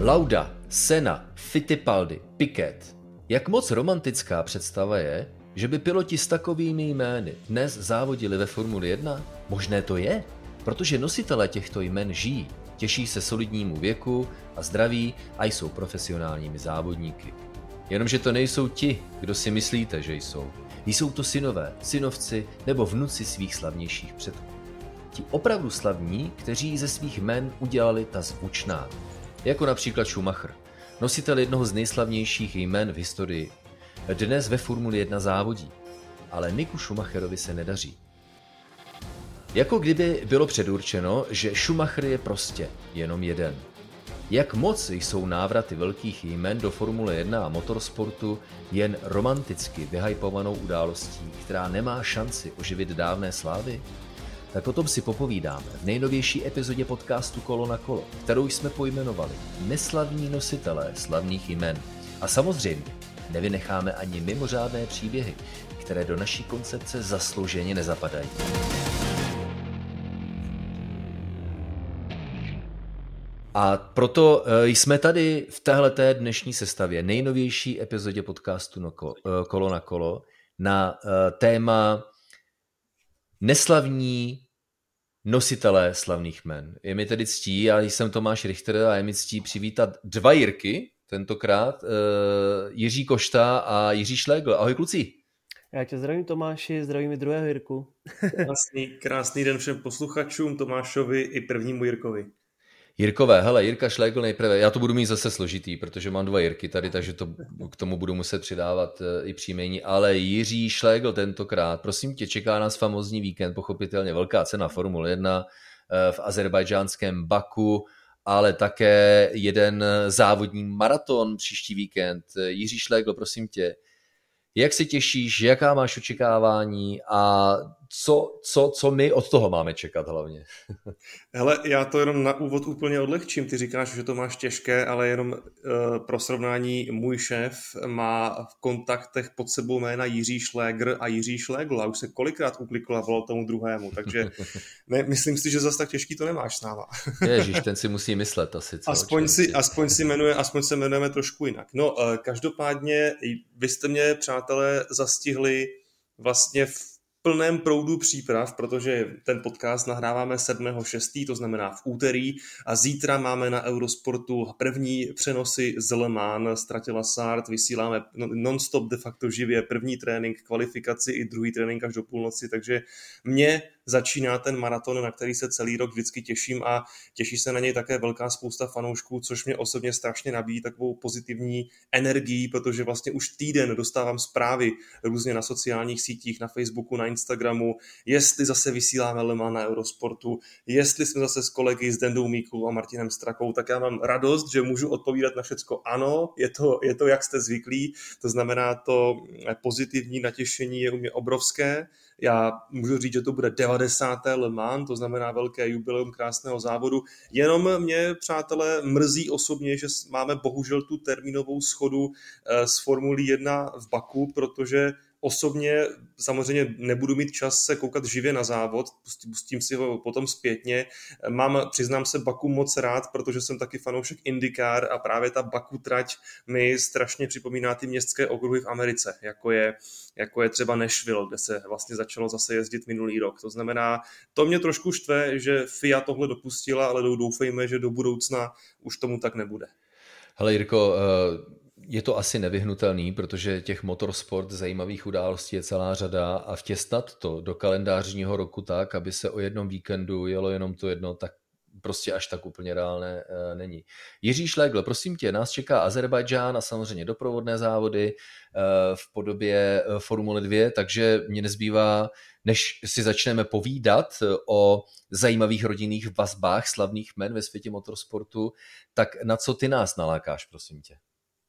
Lauda, Senna, Fittipaldi, Piquet. Jak moc romantická představa je, že by piloti s takovými jmény dnes závodili ve Formuli 1? Možné to je, protože nositelé těchto jmen žijí, těší se solidnímu věku a zdraví a jsou profesionálními závodníky. Jenomže to nejsou ti, kdo si myslíte, že jsou. Jsou to synové, synovci nebo vnuci svých slavnějších předků. Ti opravdu slavní, kteří ze svých jmen udělali ta zvučná. Jako například Schumacher, nositel jednoho z nejslavnějších jmen v historii. Dnes ve Formuli 1 závodí, ale Micku Schumacherovi se nedaří. Jako kdyby bylo předurčeno, že Schumacher je prostě jenom jeden. Jak moc jsou návraty velkých jmen do Formule 1 a motorsportu jen romanticky vyhypovanou událostí, která nemá šanci oživit dávné slávy? Tak o tom si popovídáme v nejnovější epizodě podcastu Kolo na kolo, kterou jsme pojmenovali Neslavní nositelé slavných jmen. A samozřejmě nevynecháme ani mimořádné příběhy, které do naší koncepce zaslouženě nezapadají. A proto jsme tady v téhleté dnešní sestavě, nejnovější epizodě podcastu Kolo na kolo, na téma neslavní nositelé slavných jmen. Je mi tedy ctí, já jsem Tomáš Richter a je mi ctí přivítat dva Jirky, tentokrát Jiří Košta a Jiří Šlégl. Ahoj kluci. Já tě zdravím Tomáši, zdravím i druhého Jirku. Krásný den všem posluchačům, Tomášovi i prvnímu Jirkovi. Jirkové, hele, Jirka Šlégl nejprve, já to budu mít zase složitý, protože mám dva Jirky tady, takže k tomu budu muset přidávat i příjmení, ale Jiří Šlégl tentokrát, prosím tě, čeká nás famózní víkend, pochopitelně velká cena Formule 1 v azerbajdžánském Baku, ale také jeden závodní maraton příští víkend. Jiří Šlégl, prosím tě, jak se těšíš, jaká máš očekávání a co my od toho máme čekat hlavně? Hele, já to jenom na úvod úplně odlehčím. Ty říkáš, že to máš těžké, ale jenom pro srovnání můj šéf má v kontaktech pod sebou jména Jiří Šlégr a Jiří Šlégl a už se kolikrát uklikl a volal tomu druhému, takže myslím si, že zase tak těžký to nemáš s náma. Ježiš, ten si musí myslet asi. Aspoň se jmenujeme trošku jinak. No, každopádně vy jste mě, přátelé, zastihli vlastně v plném proudu příprav, protože ten podcast nahráváme 7.6., to znamená v úterý, a zítra máme na Eurosportu první přenosy z Le Mans, ztratila Sart, vysíláme non-stop de facto živě první trénink, kvalifikaci i druhý trénink až do půlnoci, takže mě začíná ten maraton, na který se celý rok vždycky těším a těší se na něj také velká spousta fanoušků, což mě osobně strašně nabíjí takovou pozitivní energii, protože vlastně už týden dostávám zprávy různě na sociálních sítích, na Facebooku, na Instagramu, jestli zase vysíláme Le Mans na Eurosportu, jestli jsme zase s kolegy s Dendou Míkulou a Martinem Strakou, tak já mám radost, že můžu odpovídat na všecko ano, je to jak jste zvyklí, to znamená to pozitivní natěšení je u mě obrovské. Já můžu říct, že to bude 90. Le Mans, to znamená velké jubileum krásného závodu. Jenom mě, přátelé, mrzí osobně, že máme bohužel tu termínovou shodu z Formulí 1 v Baku, protože osobně samozřejmě nebudu mít čas se koukat živě na závod, pustím si ho potom zpětně. Přiznám se, Baku moc rád, protože jsem taky fanoušek IndyCar a právě ta Baku trať mi strašně připomíná ty městské okruhy v Americe, jako je třeba Nashville, kde se vlastně začalo zase jezdit minulý rok. To znamená, to mě trošku štve, že FIA tohle dopustila, ale doufejme, že do budoucna už tomu tak nebude. Hele Jirko, je to asi nevyhnutelný, protože těch motorsport zajímavých událostí je celá řada a vtěsnat to do kalendářního roku tak, aby se o jednom víkendu jelo jenom to jedno, tak prostě až tak úplně reálné není. Jiří Šlégl, prosím tě, nás čeká Azerbajdžán a samozřejmě doprovodné závody v podobě Formule 2, takže mě nezbývá, než si začneme povídat o zajímavých rodinných vazbách slavných jmen ve světě motorsportu, tak na co ty nás nalákáš, prosím tě?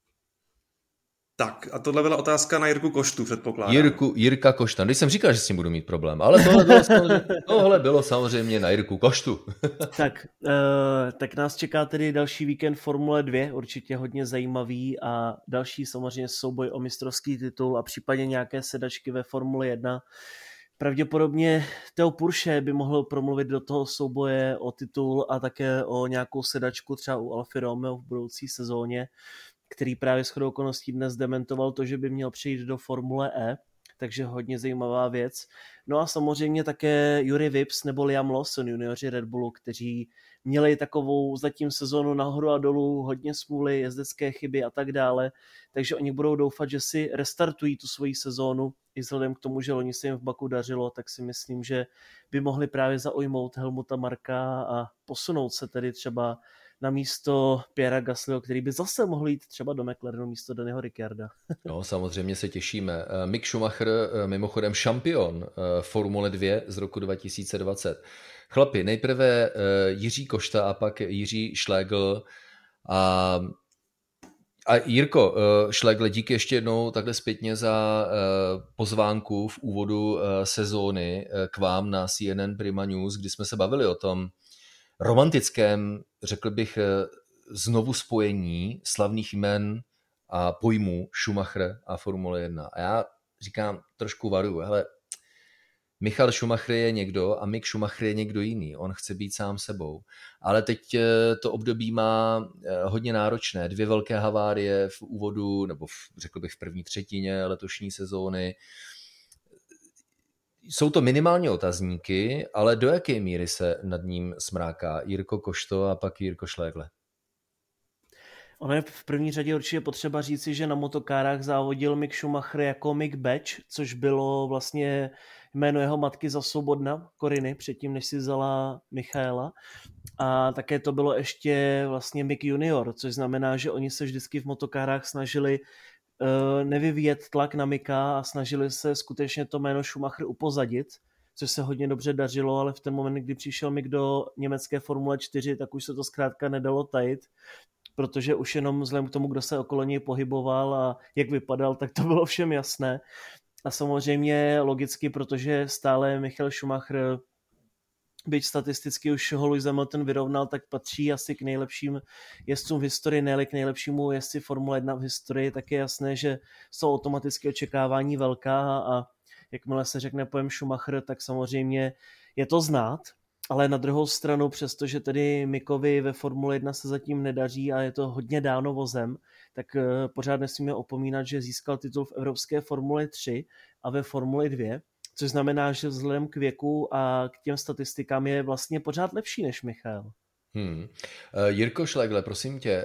Tak a tohle byla otázka na Jirku Koštu, předpokládám. Jirka Košta. Když jsem říkal, že s tím budu mít problém, ale tohle bylo samozřejmě na Jirku Koštu. Tak nás čeká tedy další víkend Formule 2, určitě hodně zajímavý a další samozřejmě souboj o mistrovský titul a případně nějaké sedačky ve Formule 1. Pravděpodobně Theo Pourchaire by mohl promluvit do toho souboje o titul a také o nějakou sedačku třeba u Alfy Romeo v budoucí sezóně, který právě shodou okolností dnes dementoval to, že by měl přejít do Formule E, takže hodně zajímavá věc. No a samozřejmě také Juri Vips nebo Liam Lawson, junioři Red Bullu, kteří měli takovou zatím sezónu nahoru a dolů, hodně smůly, jezdecké chyby a tak dále, takže oni budou doufat, že si restartují tu svoji sezónu i vzhledem k tomu, že loni se jim v Baku dařilo, tak si myslím, že by mohli právě zaujmout Helmuta Marka a posunout se tedy třeba na místo Pierra Gaslyho, který by zase mohl jít třeba do McLarenu místo Daniela Ricciarda. No, samozřejmě se těšíme. Mick Schumacher, mimochodem šampion Formule 2 z roku 2020. Chlapi, nejprve Jiří Košta a pak Jiří Schlegel. A Jirko Schlegel, díky ještě jednou takhle zpětně za pozvánku v úvodu sezóny k vám na CNN Prima News, kdy jsme se bavili o tom romantickém, řekl bych, znovu spojení slavných jmen a pojmů Schumacher a Formule 1. A já říkám, trošku varuju, hele, Michael Schumacher je někdo a Mick Schumacher je někdo jiný. On chce být sám sebou. Ale teď to období má hodně náročné. 2 velké havárie v úvodu, nebo řekl bych v první třetině letošní sezóny. Jsou to minimálně otazníky, ale do jaké míry se nad ním smráká Jirko Košto a pak Jirko Schlegel? Ono je v první řadě určitě potřeba říci, že na motokárách závodil Mick Schumacher jako Mick Batch, což bylo vlastně jméno jeho matky za Svobodna, Koriny, předtím, než si vzala Michaela. A také to bylo ještě vlastně Mick Junior, což znamená, že oni se vždycky v motokárách snažili nevyvíjet tlak na Micka a snažili se skutečně to jméno Schumacher upozadit, což se hodně dobře dařilo, ale v ten moment, kdy přišel Mick do německé Formule 4, tak už se to zkrátka nedalo tajit, protože už jenom vzhledem k tomu, kdo se okolo něj pohyboval a jak vypadal, tak to bylo všem jasné. A samozřejmě logicky, protože stále Michael Schumacher, byť statisticky už ho Lewis Hamilton vyrovnal, tak patří asi k nejlepším jezdcům v historii, ne k nejlepšímu jezdci Formule 1 v historii, tak je jasné, že jsou automaticky očekávání velká a jakmile se řekne pojem Schumacher, tak samozřejmě je to znát. Ale na druhou stranu, přestože tedy Mickovi ve Formule 1 se zatím nedaří a je to hodně dáno vozem, tak pořád nesmíme opomínat, že získal titul v Evropské Formule 3 a ve Formule 2, což znamená, že vzhledem k věku a k těm statistikám je vlastně pořád lepší než Michael. Jirko Schlegel, prosím tě,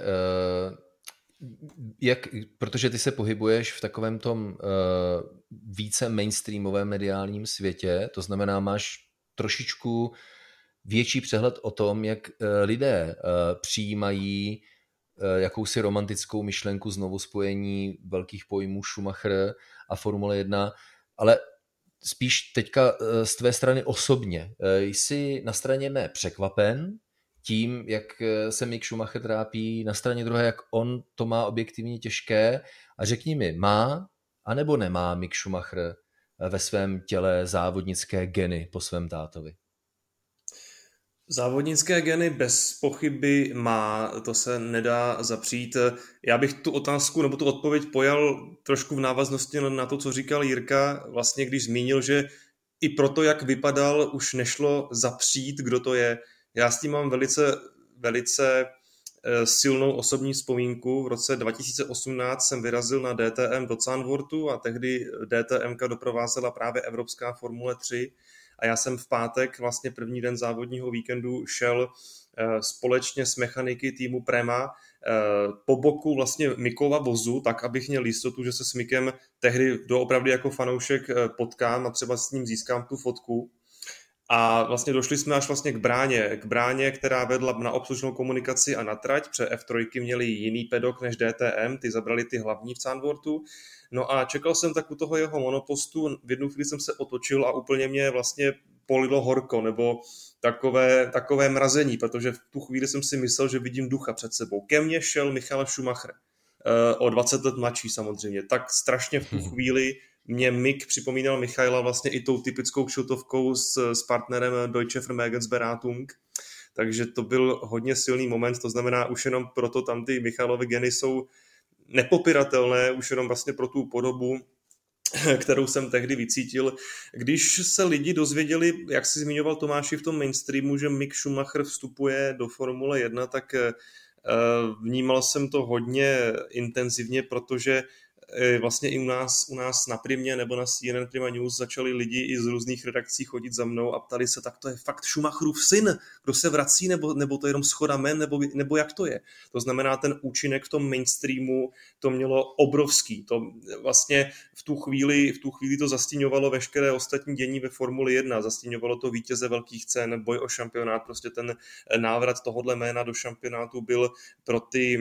protože ty se pohybuješ v takovém tom více mainstreamovém mediálním světě, to znamená, máš trošičku větší přehled o tom, jak lidé přijímají jakousi romantickou myšlenku znovu spojení velkých pojmů Schumacher a Formule 1, ale spíš teďka z tvé strany osobně. Jsi na straně jedné překvapen tím, jak se Mick Schumacher trápí, na straně druhé, jak on to má objektivně těžké a řekni mi, má anebo nemá Mick Schumacher ve svém těle závodnické geny po svém tátovi? Závodnické geny bez pochyby má, to se nedá zapřít. Já bych tu otázku nebo tu odpověď pojal trošku v návaznosti na to, co říkal Jirka, vlastně když zmínil, že i proto, jak vypadal, už nešlo zapřít, kdo to je. Já s tím mám velice silnou osobní vzpomínku. V roce 2018 jsem vyrazil na DTM do Zandvoortu a tehdy DTMka doprovázela právě Evropská Formule 3 a já jsem v pátek, vlastně první den závodního víkendu, šel společně s mechaniky týmu Prema po boku vlastně Mickova vozu, tak abych měl jistotu, že se s Mickem tehdy doopravdy jako fanoušek potkám a třeba s ním získám tu fotku. A vlastně došli jsme až vlastně k bráně, která vedla na obslužnou komunikaci a na trať, protože F3 měli jiný pedok než DTM, ty zabrali ty hlavní v Zandvoortu. No a čekal jsem tak u toho jeho monopostu, v jednu chvíli jsem se otočil a úplně mě vlastně polilo horko, nebo takové mrazení, protože v tu chvíli jsem si myslel, že vidím ducha před sebou. Ke mně šel Michael Schumacher, o 20 let mladší samozřejmě, tak strašně v tu chvíli mě Mick připomínal Michaela vlastně i tou typickou kšiltovkou s partnerem Deutsche Vermögensberatung, takže to byl hodně silný moment, to znamená už jenom proto tam ty Michailovy geny jsou nepopiratelné, už jenom vlastně pro tu podobu kterou jsem tehdy vycítil. Když se lidi dozvěděli, jak si zmiňoval Tomáši v tom mainstreamu, že Mick Schumacher vstupuje do Formule 1, tak vnímal jsem to hodně intenzivně, protože vlastně i u nás na Primě nebo na CNN Prima News začali lidi i z různých redakcí chodit za mnou a ptali se, tak to je fakt Schumacherův syn, kdo se vrací, nebo to je jenom schoda men, nebo jak to je. To znamená, ten účinek v tom mainstreamu to mělo obrovský. To vlastně v tu chvíli to zastíňovalo veškeré ostatní dění ve Formuli 1, zastíňovalo to vítěze velkých cen, boj o šampionát, prostě ten návrat tohohle jména do šampionátu byl pro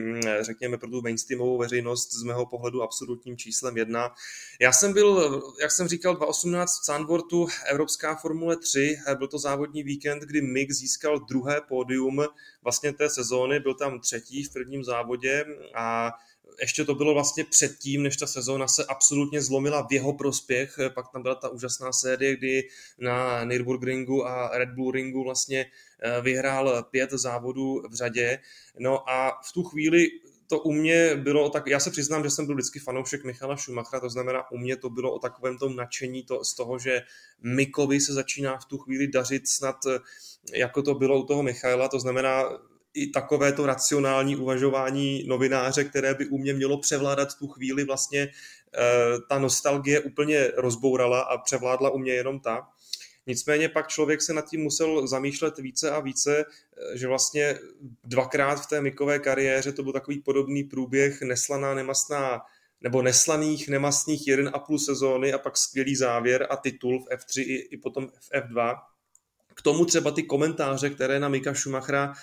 pro tu mainstreamovou veřejnost z mého pohledu absolutním číslem 1. Já jsem byl, jak jsem říkal, 2018 v Zandvoortu, Evropská Formule 3, byl to závodní víkend, kdy Mick získal druhé pódium vlastně té sezóny, byl tam třetí v prvním závodě a ještě to bylo vlastně předtím, než ta sezóna se absolutně zlomila v jeho prospěch. Pak tam byla ta úžasná série, kdy na Nürburgringu a Red Bull Ringu vlastně vyhrál 5 závodů v řadě. No a v tu chvíli to u mě bylo tak, já se přiznám, že jsem byl vždycky fanoušek Michala Schumachera, to znamená, u mě to bylo o takovém tom nadšení z toho, že Mickovi se začíná v tu chvíli dařit snad, jako to bylo u toho Michaela, to znamená i takovéto racionální uvažování novináře, které by u mě mělo převládat v tu chvíli, vlastně ta nostalgie úplně rozbourala a převládla u mě jenom ta. Nicméně pak člověk se nad tím musel zamýšlet více a více, že vlastně 2krát v té Mickové kariéře to byl takový podobný průběh, neslaná, nemastná, nebo neslaných, nemastných 1,5 sezóny a pak skvělý závěr a titul v F3 i potom v F2. K tomu třeba ty komentáře, které na Micka Schumachera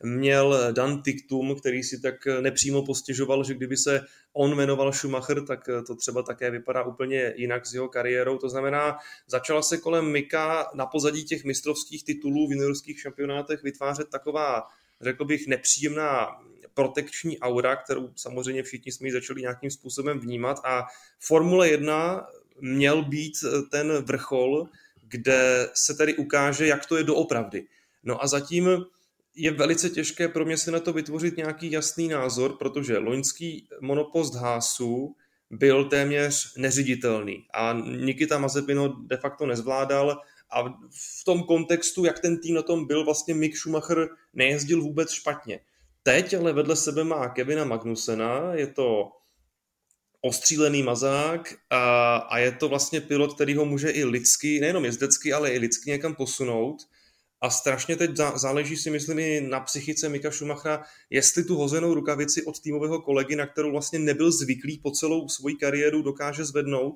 měl Dan Tichtum, který si tak nepřímo postěžoval, že kdyby se on jmenoval Schumacher, tak to třeba také vypadá úplně jinak s jeho kariérou. To znamená, začala se kolem Micka na pozadí těch mistrovských titulů v juniorských šampionátech vytvářet taková, řekl bych, nepříjemná protekční aura, kterou samozřejmě všichni jsme ji začali nějakým způsobem vnímat a Formule 1 měl být ten vrchol, kde se tedy ukáže, jak to je doopravdy. No a zatím je velice těžké pro mě si na to vytvořit nějaký jasný názor, protože loňský monopost Haasu byl téměř neřiditelný a Nikita Mazepin ho de facto nezvládal a v tom kontextu, jak ten tým na tom byl, vlastně Mick Schumacher nejezdil vůbec špatně. Teď ale vedle sebe má Kevina Magnusena, je to ostřílený mazák a je to vlastně pilot, který ho může i lidsky, nejenom jezdecky, ale i lidsky někam posunout. A strašně teď záleží si myslím i na psychice Micka Schumachera, jestli tu hozenou rukavici od týmového kolegy, na kterou vlastně nebyl zvyklý po celou svoji kariéru, dokáže zvednout.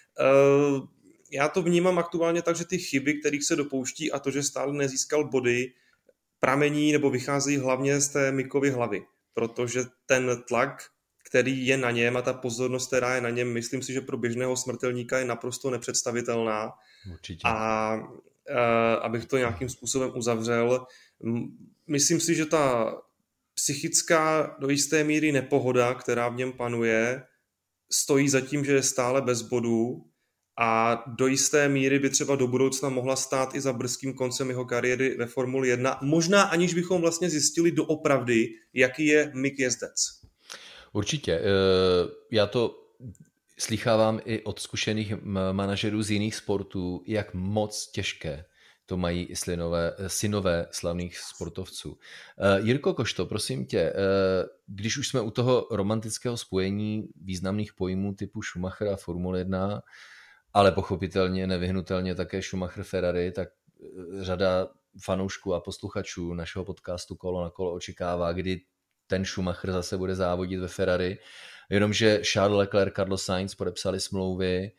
Já to vnímám aktuálně tak, že ty chyby, kterých se dopouští a to, že stále nezískal body, pramení nebo vycházejí hlavně z té Mickovy hlavy. Protože ten tlak, který je na něm a ta pozornost, která je na něm, myslím si, že pro běžného smrtelníka je naprosto nepředstavitelná. Určitě. A abych to nějakým způsobem uzavřel, myslím si, že ta psychická do jisté míry nepohoda, která v něm panuje, stojí za tím, že je stále bez bodů a do jisté míry by třeba do budoucna mohla stát i za brzkým koncem jeho kariéry ve Formuli 1, možná aniž bychom vlastně zjistili doopravdy, jaký je Mick jezdec. Určitě. Já to slýchávám i od zkušených manažerů z jiných sportů, jak moc těžké to mají i synové slavných sportovců. Jirko Košto, prosím tě, když už jsme u toho romantického spojení významných pojmů typu Schumacher a Formule 1, ale pochopitelně nevyhnutelně také Schumacher Ferrari, tak řada fanoušků a posluchačů našeho podcastu Kolo na kolo očekává, kdy ten Schumacher zase bude závodit ve Ferrari. Jenomže Charles Leclerc, Carlos Sainz podepsali smlouvy.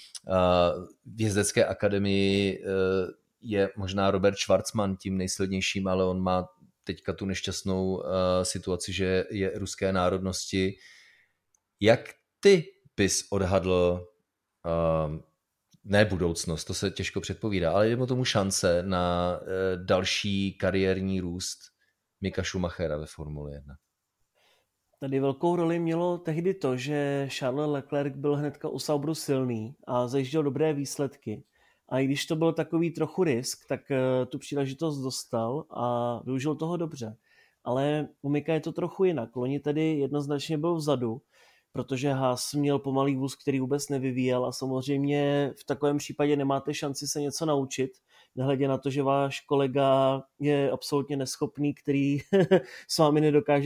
V jezdecké akademii je možná Robert Schwarzman tím nejsilnějším, ale on má teďka tu nešťastnou situaci, že je ruské národnosti. Jak ty bys odhadl ne budoucnost, to se těžko předpovídá, ale je tomu šance na další kariérní růst Micka Schumachera ve Formule 1? Tady velkou roli mělo tehdy to, že Charles Leclerc byl hnedka u Sauberu silný a zajížděl dobré výsledky. A i když to byl takový trochu risk, tak tu příležitost dostal a využil toho dobře. Ale u Micka je to trochu jinak. Loni tedy jednoznačně byl vzadu. protože Haas měl pomalý vůz, který vůbec nevyvíjel a samozřejmě v takovém případě nemáte šanci se něco naučit, nehledě na to, že váš kolega je absolutně neschopný, který s vámi nedokáže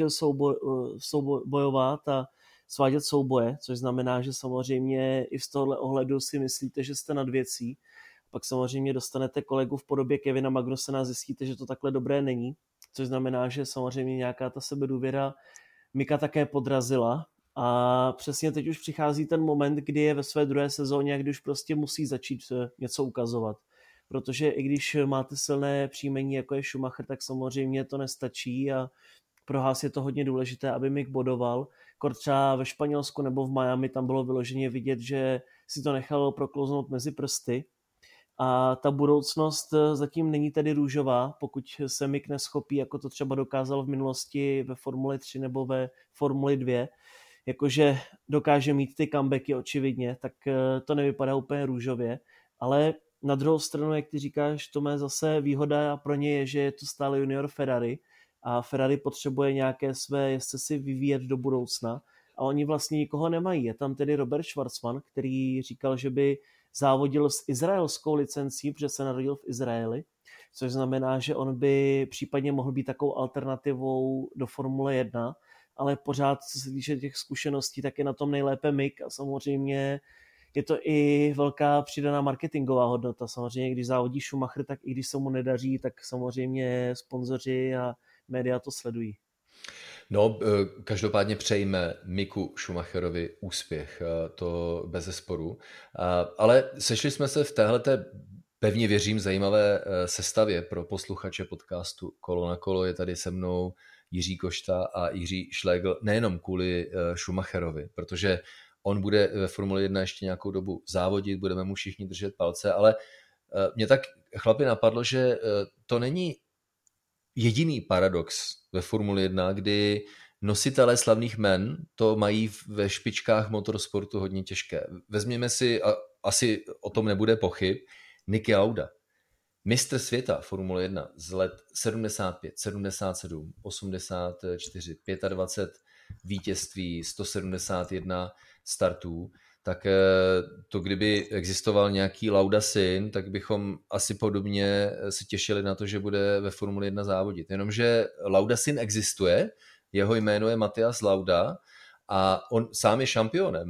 bojovat a svádět souboje, což znamená, že samozřejmě i z tohohle ohledu si myslíte, že jste nad věcí. Pak samozřejmě dostanete kolegu v podobě Kevina Magnusena a zjistíte, že to takhle dobré není, což znamená, že samozřejmě nějaká ta sebedůvěra Mika také podrazila a přesně teď už přichází ten moment, kdy je ve své druhé sezóně a kdy už prostě musí začít něco ukazovat. Protože i když máte silné příjmení, jako je Schumacher, tak samozřejmě to nestačí a pro Haas je to hodně důležité, aby Mick bodoval. Třeba ve Španělsku nebo v Miami tam bylo vyloženě vidět, že si to nechalo proklouznout mezi prsty. A ta budoucnost zatím není tedy růžová, pokud se Mick neschopí, jako to třeba dokázal v minulosti ve Formuli 3 nebo ve Formuli 2, jakože dokáže mít ty comebacky očividně, tak to nevypadá úplně růžově, ale na druhou stranu, jak ty říkáš, to má zase výhoda pro ně je, že je to stále junior Ferrari a Ferrari potřebuje nějaké své jezdce si vyvíjet do budoucna a oni vlastně nikoho nemají. Je tam tedy Robert Schwarzman, který říkal, že by závodil s izraelskou licencí, protože se narodil v Izraeli, což znamená, že on by případně mohl být takovou alternativou do Formule 1, ale pořád, co se týče těch zkušeností, tak je na tom nejlépe Mick a samozřejmě je to i velká přidaná marketingová hodnota. Samozřejmě, když závodí Schumacher, tak i když se mu nedaří, tak samozřejmě sponzoři a média to sledují. No, každopádně přejme Micku Schumacherovi úspěch, to bezesporu. Ale sešli jsme se v téhleté, pevně věřím, zajímavé sestavě pro posluchače podcastu Kolo na kolo. Je tady se mnou Jiří Košta a Jiří Schlegel nejenom kvůli Schumacherovi, protože on bude ve Formuli 1 ještě nějakou dobu závodit, budeme mu všichni držet palce, ale mě tak, chlapi, napadlo, že to není jediný paradox ve Formuli 1, kdy nositelé slavných jmen to mají ve špičkách motorsportu hodně těžké. Vezměme si, a asi o tom nebude pochyb, Niki Lauda. Mistr světa Formule 1 z let 75, 77, 84, 25 vítězství, 171 startů, tak to kdyby existoval nějaký Lauda syn, tak bychom asi podobně se těšili na to, že bude ve Formuli 1 závodit. Jenomže Lauda syn existuje, jeho jméno je Matthias Lauda a on sám je šampionem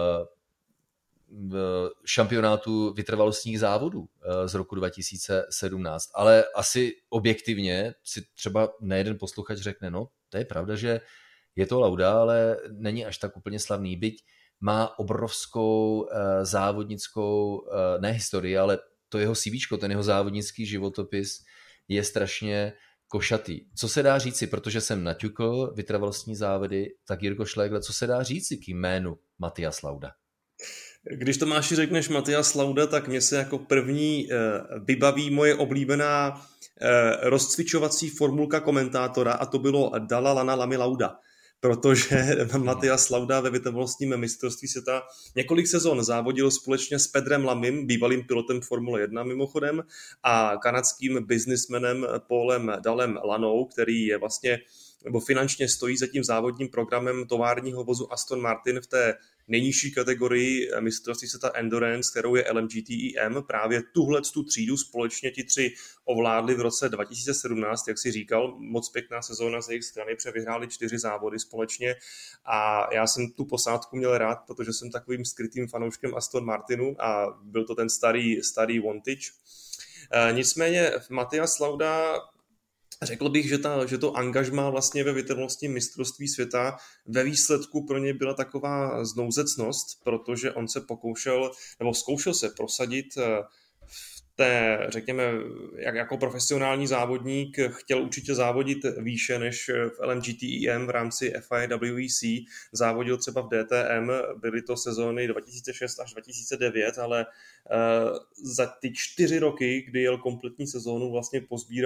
šampionátu vytrvalostních závodů z roku 2017. Ale asi objektivně si třeba nejeden posluchač řekne, no to je pravda, že je to Lauda, ale není až tak úplně slavný, byť má obrovskou závodnickou, ne historii, ale to jeho CVčko, ten jeho závodnický životopis je strašně košatý. Co se dá říci, protože jsem naťukl vytrvalostní závody, tak Jirko Schlegel, co se dá říci k jménu Matthias Lauda? Když Tomáši řekneš Matthias Lauda, tak mě se jako první vybaví moje oblíbená rozcvičovací formulka komentátora a to bylo Dalla Lana Lami Lauda. Protože Matthias Lauda ve vytrvalostním mistrovství světa několik sezon závodil společně s Pedrem Lamim, bývalým pilotem Formule 1 mimochodem, a kanadským biznismenem Paulem Dallem Lanou, který je vlastně nebo finančně stojí za tím závodním programem továrního vozu Aston Martin v té nejnižší kategorii mistrovství světa Endurance, kterou je LMGTEM. Právě tu třídu společně ti tři ovládli v roce 2017, jak si říkal, moc pěkná sezóna z jejich strany, vyhráli 4 závody společně a já jsem tu posádku měl rád, protože jsem takovým skrytým fanouškem Aston Martinu a byl to ten starý Vantage. Nicméně Matthias Lauda, řekl bych, že to angažmá vlastně ve vytrvalostním mistrovství světa ve výsledku pro něj byla taková znouzecnost, protože on se zkoušel se prosadit v té, řekněme, jako profesionální závodník, chtěl určitě závodit výše než v LMGTEM v rámci FIWEC, závodil třeba v DTM, byly to sezóny 2006 až 2009, ale za ty 4 roky, kdy jel kompletní sezónu, vlastně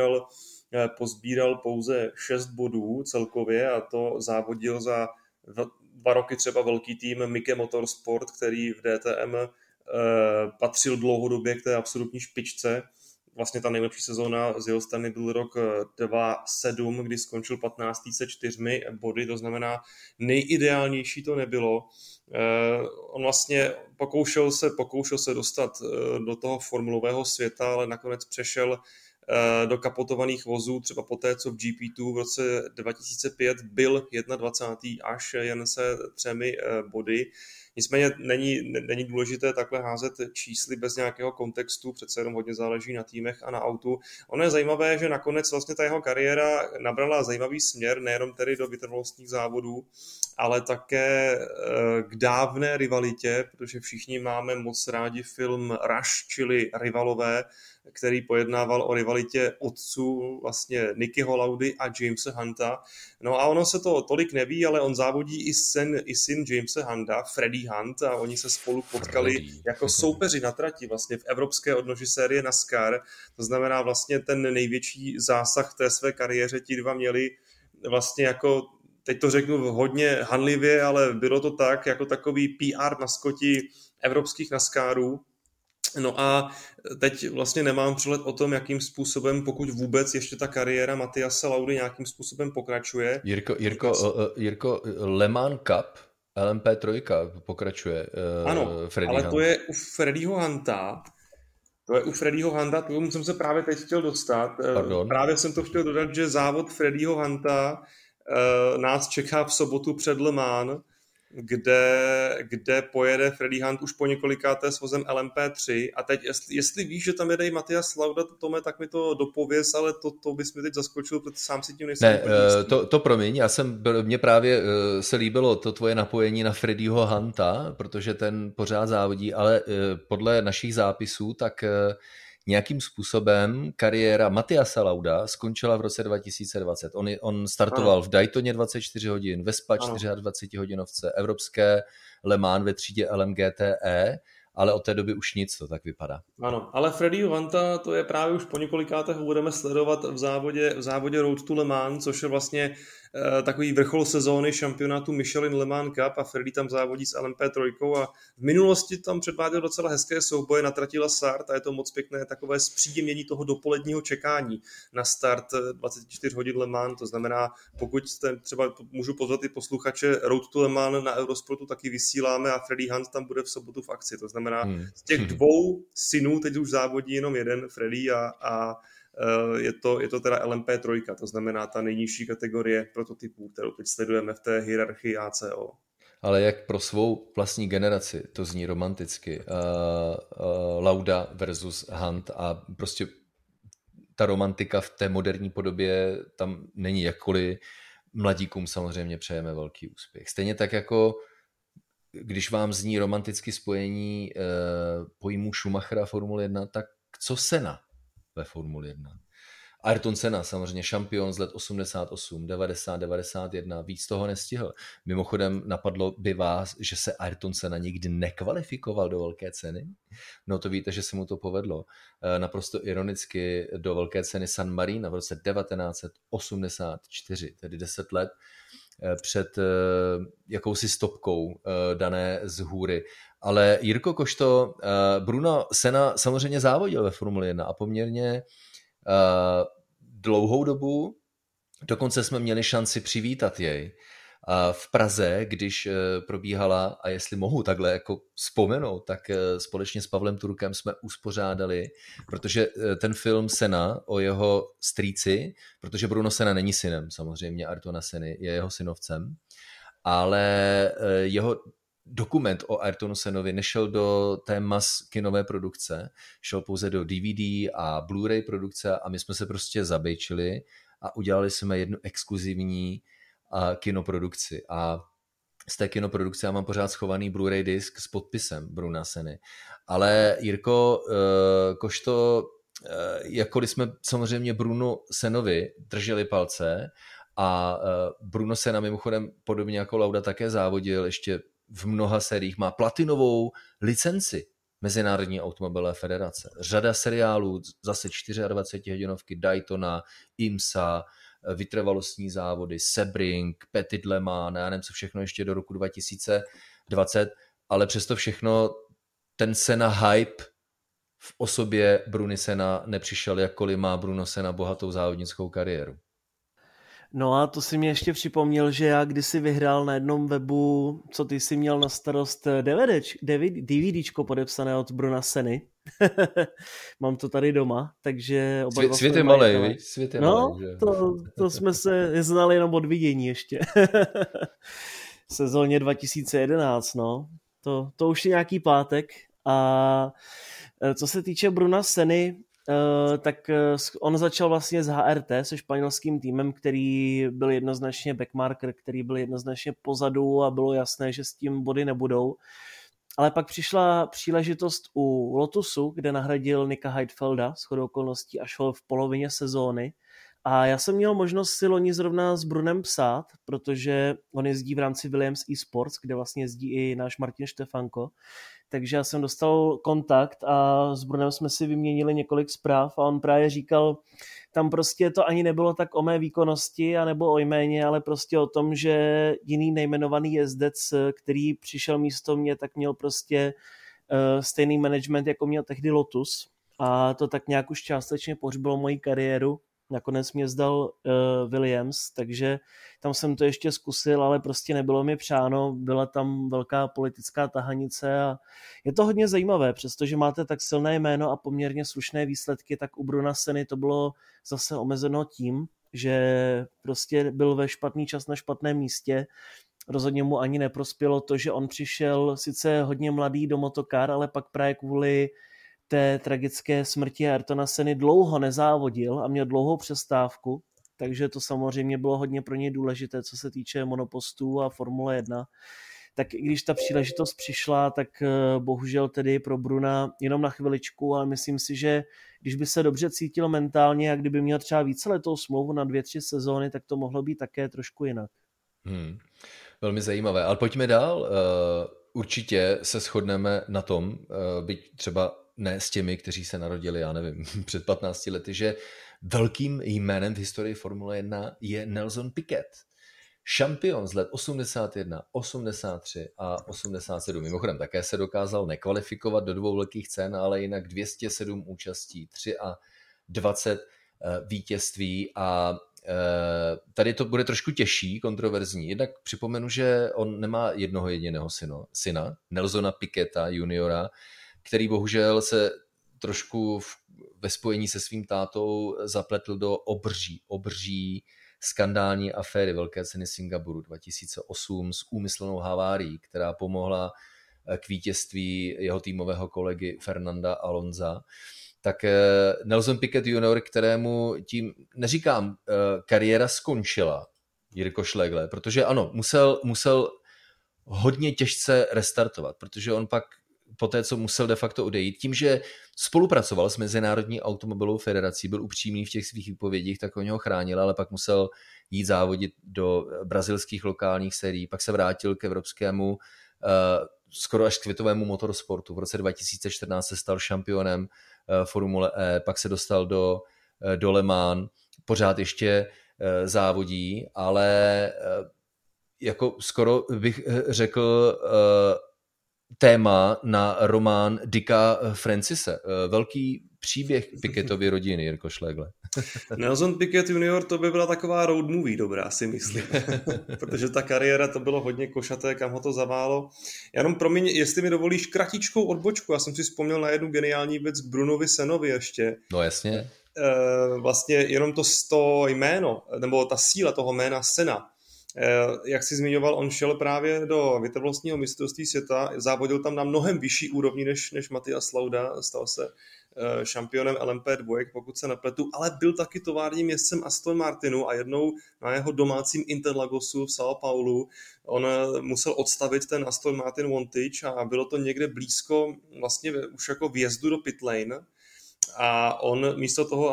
pozbíral pouze 6 bodů celkově a to závodil za 2 roky třeba velký tým Mike Motorsport, který v DTM patřil dlouhodobě k té absolutní špičce. vlastně ta nejlepší sezóna z jeho strany byl rok 2007, kdy skončil 15. se 4 body, to znamená nejideálnější to nebylo. On vlastně pokoušel se dostat do toho formulového světa, ale nakonec přešel do kapotovaných vozů, třeba poté, co v GP2 v roce 2005 byl 21. až jen se 3 body. Nicméně není důležité takhle házet čísly bez nějakého kontextu, přece jenom hodně záleží na týmech a na autu. Ono je zajímavé, že nakonec vlastně ta jeho kariéra nabrala zajímavý směr, nejenom tedy do vytrvalostních závodů, ale také k dávné rivalitě, protože všichni máme moc rádi film Rush, čili Rivalové, který pojednával o rivalitě otců vlastně Nickyho Laudy a Jamese Hunta. No a ono se to tolik neví, ale on závodí i syn Jamese Hunta, Freddie Hunt, a oni se spolu potkali jako soupeři na trati vlastně v evropské odnoži série NASCAR. To znamená vlastně ten největší zásah v té své kariéře ti dva měli vlastně jako, teď to řeknu hodně hanlivě, ale bylo to tak, jako takový PR maskoti evropských NASCARů. No a teď vlastně nemám přehled o tom, jakým způsobem, pokud vůbec ještě ta kariéra Matiase Laudy nějakým způsobem pokračuje. Jirko, Le Mans Cup, LMP3 pokračuje. Ano, ale Hunt. To je u Freddieho Hunta. K tomu jsem se právě teď chtěl dostat. Pardon. Právě jsem to chtěl dodat, že závod Freddieho Hunta nás čeká v sobotu před Le Mans, kde pojede Freddie Hunt už po několikáté s vozem LMP3 a teď, jestli víš, že tam jede i Matias Lauda, Tome, tak mi to dopověz, ale to bys mi teď zaskočil, protože sám si tím nejsem. Ne, to promiň, mně právě se líbilo to tvoje napojení na Freddieho Hunta, protože ten pořád závodí, ale podle našich zápisů, tak nějakým způsobem kariéra Matiasa Lauda skončila v roce 2020. On startoval v Daytoně 24 hodin, Vespa 24 hodinovce, evropské Le Mans ve třídě LMGTE, ale od té doby už nic, to tak vypadá. Ano, ale Freddie Hunta, to je právě už po několikáté budeme sledovat v závodě Road to Le Mans, což je vlastně takový vrchol sezóny šampionátu Michelin Le Mans Cup a Freddie tam závodí s LMP3 a v minulosti tam předváděl docela hezké souboje na trati La Sarthe a je to moc pěkné takové zpříjemnění toho dopoledního čekání na start 24 hodin Le Mans, to znamená, pokud jste třeba, můžu pozvat i posluchače, Road to Le Mans na Eurosportu taky vysíláme a Freddie Hunt tam bude v sobotu v akci, to znamená z těch 2 synů teď už závodí jenom jeden Freddie a je to teda LMP3, to znamená ta nejnižší kategorie prototypů, kterou teď sledujeme v té hierarchii ACO. Ale jak pro svou vlastní generaci, to zní romanticky, Lauda versus Hunt a prostě ta romantika v té moderní podobě tam není, jakkoliv mladíkům samozřejmě přejeme velký úspěch. Stejně tak jako když vám zní romanticky spojení pojmů Schumachera a Formule 1, tak co Senna ve Formule 1? Ayrton Senna, samozřejmě šampion z let 88, 90, 91, víc toho nestihl. Mimochodem napadlo by vás, že se Ayrton Senna nikdy nekvalifikoval do velké ceny? No to víte, že se mu to povedlo. Naprosto ironicky do velké ceny San Marino v roce 1984, tedy 10 let před jakousi stopkou dané z hůry. Ale Jirko Košto, Bruno Senna samozřejmě závodil ve Formuli 1 a poměrně dlouhou dobu, dokonce jsme měli šanci přivítat jej v Praze, když probíhala, a jestli mohu takhle jako vzpomenout, tak společně s Pavlem Turkem jsme uspořádali, protože ten film Senna o jeho strýci, protože Bruno Senna není synem samozřejmě Ayrtona Senny, je jeho synovcem, ale jeho dokument o Ayrtonu Sennovi nešel do té kinové produkce, šel pouze do DVD a Blu-ray produkce a my jsme se prostě zabejčili a udělali jsme jednu exkluzivní kinoprodukci. A z té kinoprodukce já mám pořád schovaný Blu-ray disk s podpisem Bruna Senny. Ale Jirko Košto, jakkoliv jsme samozřejmě Brunu Sennovi drželi palce a Bruno Senna mimochodem podobně jako Lauda také závodil ještě v mnoha sériích, má platinovou licenci Mezinárodní automobilové federace. Řada seriálů, zase 24-hodinovky Daytona, IMSA, vytrvalostní závody, Sebring, Petit Le Mans, já nevím, co všechno ještě do roku 2020, ale přesto všechno ten Senna hype v osobě Bruny Senna nepřišel, jakkoliv má Bruno Senna bohatou závodnickou kariéru. No a to si mě ještě připomněl, že já kdysi vyhrál na jednom webu, co ty jsi měl na starost, DVDčko podepsané od Bruna Senny. Mám to tady doma, takže... Svět je malej, svět je malej. To jsme se znali jenom od vidění ještě. V sezóně 2011, no. To už je nějaký pátek. A co se týče Bruna Senny, tak on začal vlastně s HRT, se španělským týmem, který byl jednoznačně backmarker, který byl jednoznačně pozadu a bylo jasné, že s tím body nebudou. Ale pak přišla příležitost u Lotusu, kde nahradil Nicka Heidfelda shodou okolností až v polovině sezóny. A já jsem měl možnost si loni zrovna s Brunem psát, protože on jezdí v rámci Williams eSports, kde vlastně jezdí i náš Martin Štefanko. Takže já jsem dostal kontakt a s Brunem jsme si vyměnili několik zpráv a on právě říkal, tam prostě to ani nebylo tak o mé výkonnosti anebo o jméně, ale prostě o tom, že jiný nejmenovaný jezdec, který přišel místo mě, tak měl prostě stejný management, jako měl tehdy Lotus a to tak nějak už částečně pohřbilo moji kariéru. Nakonec mě zdal Williams, takže tam jsem to ještě zkusil, ale prostě nebylo mi přáno, byla tam velká politická tahanice a je to hodně zajímavé, přestože máte tak silné jméno a poměrně slušné výsledky, tak u Bruna Senny to bylo zase omezeno tím, že prostě byl ve špatný čas na špatném místě. Rozhodně mu ani neprospělo to, že on přišel sice hodně mladý do motokar, ale pak právě kvůli té tragické smrti Ayrtona Senny dlouho nezávodil a měl dlouhou přestávku, takže to samozřejmě bylo hodně pro něj důležité, co se týče monopostů a Formule 1. Tak i když ta příležitost přišla, tak bohužel tedy pro Bruna jenom na chviličku, ale myslím si, že když by se dobře cítil mentálně a kdyby měl třeba víceletou smlouvu na 2-3 sezóny, tak to mohlo být také trošku jinak. Velmi zajímavé, ale pojďme dál. Určitě se shodneme na tom, byť třeba ne s těmi, kteří se narodili, já nevím, před 15 lety, že velkým jménem v historii Formule 1 je Nelson Piquet. Šampion z let 81, 83 a 87. Mimochodem také se dokázal nekvalifikovat do 2 velkých cen, ale jinak 207 účastí, 23 vítězství a tady to bude trošku těžší, kontroverzní. Jednak připomenu, že on nemá jednoho jediného syna, Nelsona Piqueta juniora, který bohužel se trošku ve spojení se svým tátou zapletl do obří skandální aféry Velké ceny Singapuru 2008 s úmyslnou havárií, která pomohla k vítězství jeho týmového kolegy Fernanda Alonsa. Tak Nelson Piquet junior, kterému tím, neříkám, kariéra skončila, Jirko Schlegel, protože ano, musel hodně těžce restartovat, protože on pak poté, co musel de facto odejít, tím, že spolupracoval s Mezinárodní automobilovou federací, byl upřímný v těch svých výpovědích, tak oni ho chránil, ale pak musel jít závodit do brazilských lokálních sérií, pak se vrátil k evropskému, skoro až světovému motorsportu. V roce 2014 se stal šampionem Formule E, pak se dostal do Le Mans, pořád ještě závodí, ale jako skoro bych řekl téma na román Dicka Francise. Velký příběh Piquetovy rodiny, Jirko Schlegel. Nelson Piquet junior, to by byla taková road movie dobrá, si myslím. Protože ta kariéra, to bylo hodně košaté, kam ho to zaválo. Jenom promiň, jestli mi dovolíš kratičkou odbočku, já jsem si vzpomněl na jednu geniální věc k Brunovi Sennovi ještě. No jasně. Vlastně jenom to jméno, nebo ta síla toho jména Senna. Jak jsi zmiňoval, on šel právě do vytrvalostního mistrovství světa, závodil tam na mnohem vyšší úrovni než Matthias Lauda, stal se šampionem LMP2, pokud se nepletu, ale byl taky továrním jezdcem Aston Martinu a jednou na jeho domácím Interlagosu v São Paulu on musel odstavit ten Aston Martin Vantage a bylo to někde blízko vlastně už jako vjezdu do pit lane. A on místo toho,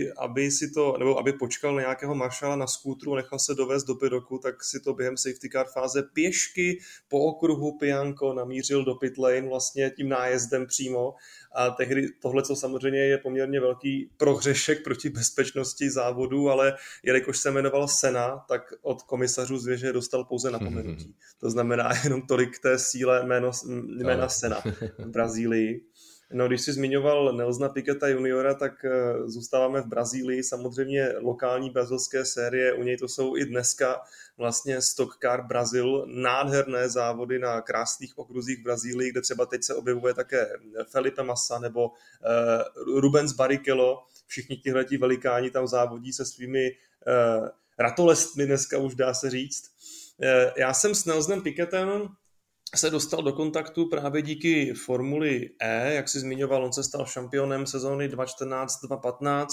aby počkal na nějakého maršala na skútru a nechal se dovést do pidoku, tak si to během safety car fáze pěšky po okruhu Pianco namířil do pit lane vlastně tím nájezdem přímo. A tehdy tohle, co samozřejmě je poměrně velký prohřešek proti bezpečnosti závodu, ale jelikož se jmenoval Senna, tak od komisařů zvěže dostal pouze napomenutí. To znamená jenom tolik té síle jména Senna v Brazílii. No, když jsi zmiňoval Nelsona Piqueta juniora, tak zůstáváme v Brazílii, samozřejmě lokální brazilské série, u něj to jsou i dneska vlastně Stock Car Brazil, nádherné závody na krásných okruzích v Brazílii, kde třeba teď se objevuje také Felipe Massa nebo Rubens Barrichello, všichni tihleti velikáni tam závodí se svými ratolestmi dneska už dá se říct. Já jsem s Nelsonem Piquetem se dostal do kontaktu právě díky Formuli E, jak jsi zmiňoval, on se stal šampionem sezóny 2014-2015.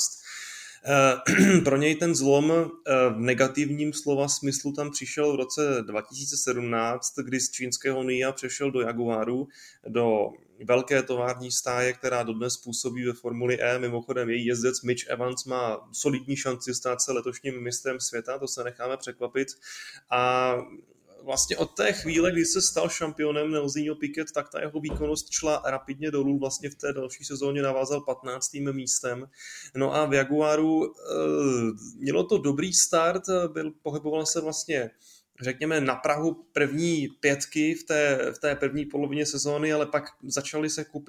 Pro něj ten zlom v negativním slova smyslu tam přišel v roce 2017, kdy z čínského NIA přešel do Jaguaru, do velké tovární stáje, která dodnes působí ve Formuli E. Mimochodem její jezdec Mitch Evans má solidní šanci stát se letošním mistrem světa, to se necháme překvapit. A vlastně od té chvíle, kdy se stal šampionem Nelson Piquet, tak ta jeho výkonnost šla rapidně dolů, vlastně v té další sezóně navázal 15. místem. No a v Jaguaru mělo to dobrý start, pohyboval se vlastně řekněme na prahu první pětky v té první polovině sezóny, ale pak začaly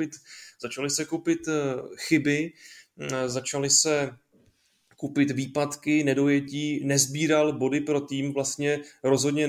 se kupit chyby, začaly se kupit výpadky, nedojetí, nezbíral body pro tým, vlastně rozhodně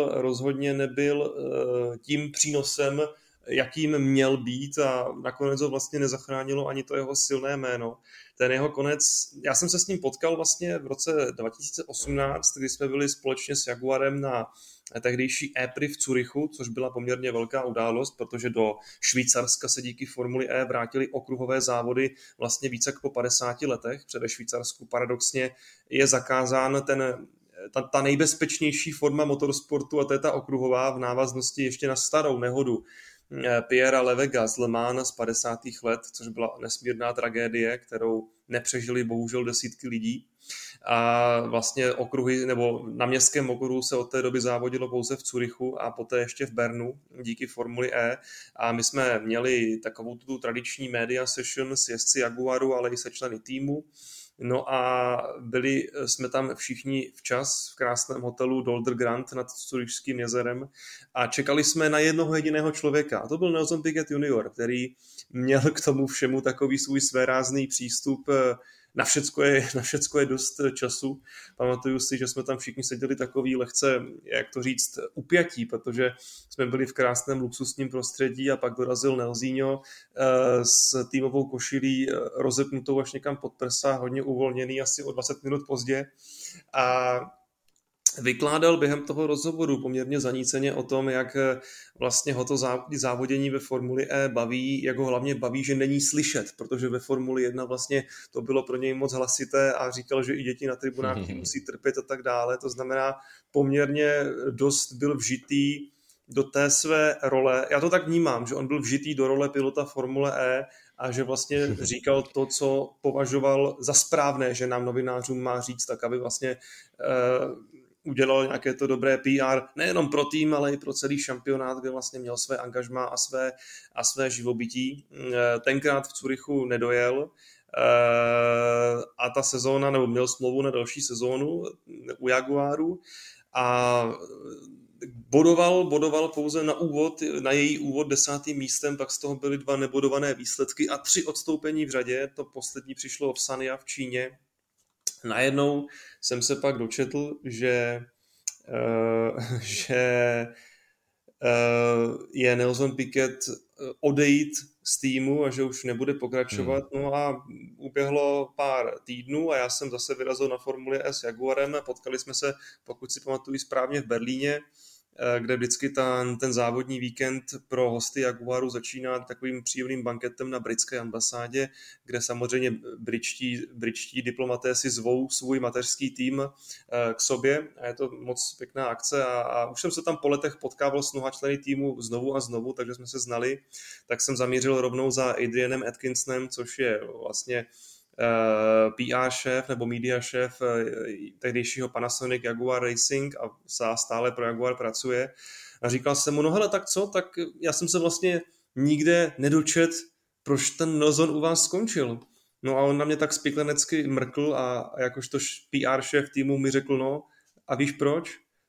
nebyl tím přínosem, jakým měl být a nakonec ho vlastně nezachránilo ani to jeho silné jméno. Ten jeho konec, já jsem se s ním potkal vlastně v roce 2018, kdy jsme byli společně s Jaguarem na tehdejší E-Prix v Curychu, což byla poměrně velká událost, protože do Švýcarska se díky Formuli E vrátily okruhové závody vlastně více jak po 50 letech. Ve Švýcarsku paradoxně je zakázán ta nejbezpečnější forma motorsportu, a to je ta okruhová, v návaznosti ještě na starou nehodu Pierra Levega z Le Mans z 50. let, což byla nesmírná tragédie, kterou nepřežili bohužel desítky lidí. A vlastně okruhy, nebo na městském okruhu se od té doby závodilo pouze v Curychu a poté ještě v Bernu díky Formuli E. A my jsme měli takovou tu tradiční media session s jezdci Jaguaru, ale i se členy týmu. No a byli jsme tam všichni včas v krásném hotelu Dolder Grand nad Curyšským jezerem a čekali jsme na jednoho jediného člověka. A to byl Nelson Piquet junior, který měl k tomu všemu takový svůj svérázný přístup. Na všecko je dost času. Pamatuju si, že jsme tam všichni seděli takový lehce, jak to říct, upjatí, protože jsme byli v krásném luxusním prostředí a pak dorazil Nelsinho s týmovou košilí rozepnutou až někam pod prsa, hodně uvolněný, asi o 20 minut pozdě. A vykládal během toho rozhovoru poměrně zaníceně o tom, jak vlastně ho to závodění ve Formuli E baví, jak ho hlavně baví, že není slyšet, protože ve Formuli 1 vlastně to bylo pro něj moc hlasité a říkal, že i děti na tribunách musí trpět a tak dále. To znamená, poměrně dost byl vžitý do té své role. Já to tak vnímám, že on byl vžitý do role pilota Formule E a že vlastně říkal to, co považoval za správné, že nám novinářům má říct, tak aby vlastně udělal nějaké to dobré PR, nejenom pro tým, ale i pro celý šampionát, kde vlastně měl své angažmá a své živobytí. Tenkrát v Curychu nedojel a ta sezóna, nebo měl smlouvu na další sezónu u Jaguaru a bodoval pouze na její úvod 10. místem, pak z toho byly 2 nebodované výsledky a 3 odstoupení v řadě. To poslední přišlo v Sanya v Číně. Najednou jsem se pak dočetl, že je Nelson Piquet odejít z týmu a že už nebude pokračovat. No a uběhlo pár týdnů a já jsem zase vyrazil na Formuli S Jaguarem a potkali jsme se, pokud si pamatuju správně, v Berlíně, kde vždycky ten závodní víkend pro hosty Jaguaru začíná takovým příjemným banketem na britské ambasádě, kde samozřejmě britští diplomaté si zvou svůj mateřský tým k sobě a je to moc pěkná akce a už jsem se tam po letech potkával s mnoha členy týmu znovu a znovu, takže jsme se znali, tak jsem zamířil rovnou za Adrianem Atkinsonem, což je vlastně PR šéf nebo media šéf tehdejšího Panasonic Jaguar Racing a stále pro Jaguar pracuje. A říkal jsem mu, no hele, tak co? Tak já jsem se vlastně nikde nedočet, proč ten Nelson u vás skončil. No a on na mě tak spiklenecky mrkl a jakožto PR šéf týmu mi řekl, no a víš proč?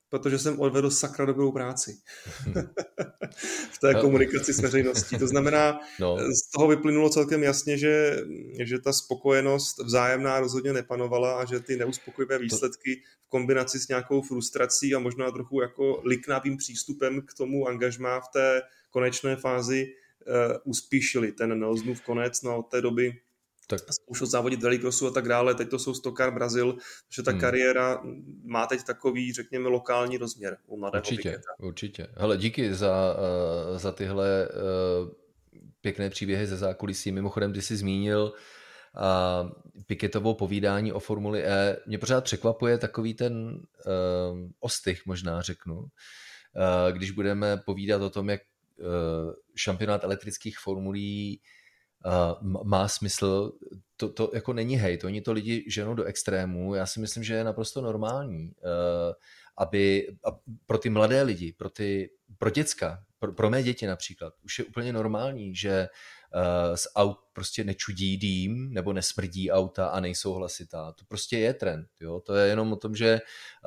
protože jsem odvedl sakra dobrou práci v té komunikaci s veřejností. To znamená, z toho vyplynulo celkem jasně, že ta spokojenost vzájemná rozhodně nepanovala a že ty neuspokojivé výsledky v kombinaci s nějakou frustrací a možná trochu jako liknavým přístupem k tomu angažmá v té konečné fázi uspíšili ten Nelsonův konec, no od té doby zkoušel závodit velikrosu a tak dále, teď to jsou Stockcar Brazil, že ta kariéra má teď takový, řekněme, lokální rozměr u mladého Piqueta. Určitě. Hele, díky za tyhle pěkné příběhy ze zákulisí. Mimochodem, ty jsi zmínil Piquetovo povídání o Formuli E. Mě pořád překvapuje takový ten ostych, možná řeknu, když budeme povídat o tom, jak šampionát elektrických formulí má smysl, to jako není hejt, oni to lidi ženou do extrému, já si myslím, že je naprosto normální, aby pro ty mladé lidi, pro děcka, pro mé děti například, už je úplně normální, že z aut prostě nečudí dým nebo nesmrdí auta a nejsou hlasitá. To prostě je trend. Jo? To je jenom o tom, že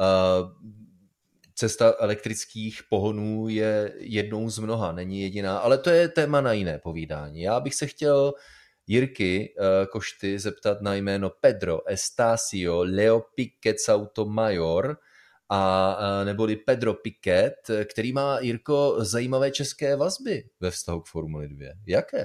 cesta elektrických pohonů je jednou z mnoha, není jediná, ale to je téma na jiné povídání. Já bych se chtěl Jirky Košty zeptat na jméno Pedro Estacio Leo Piquet Sotomayor, a neboli Pedro Piquet, který má, Jirko, zajímavé české vazby ve vztahu k Formuli 2. Jaké?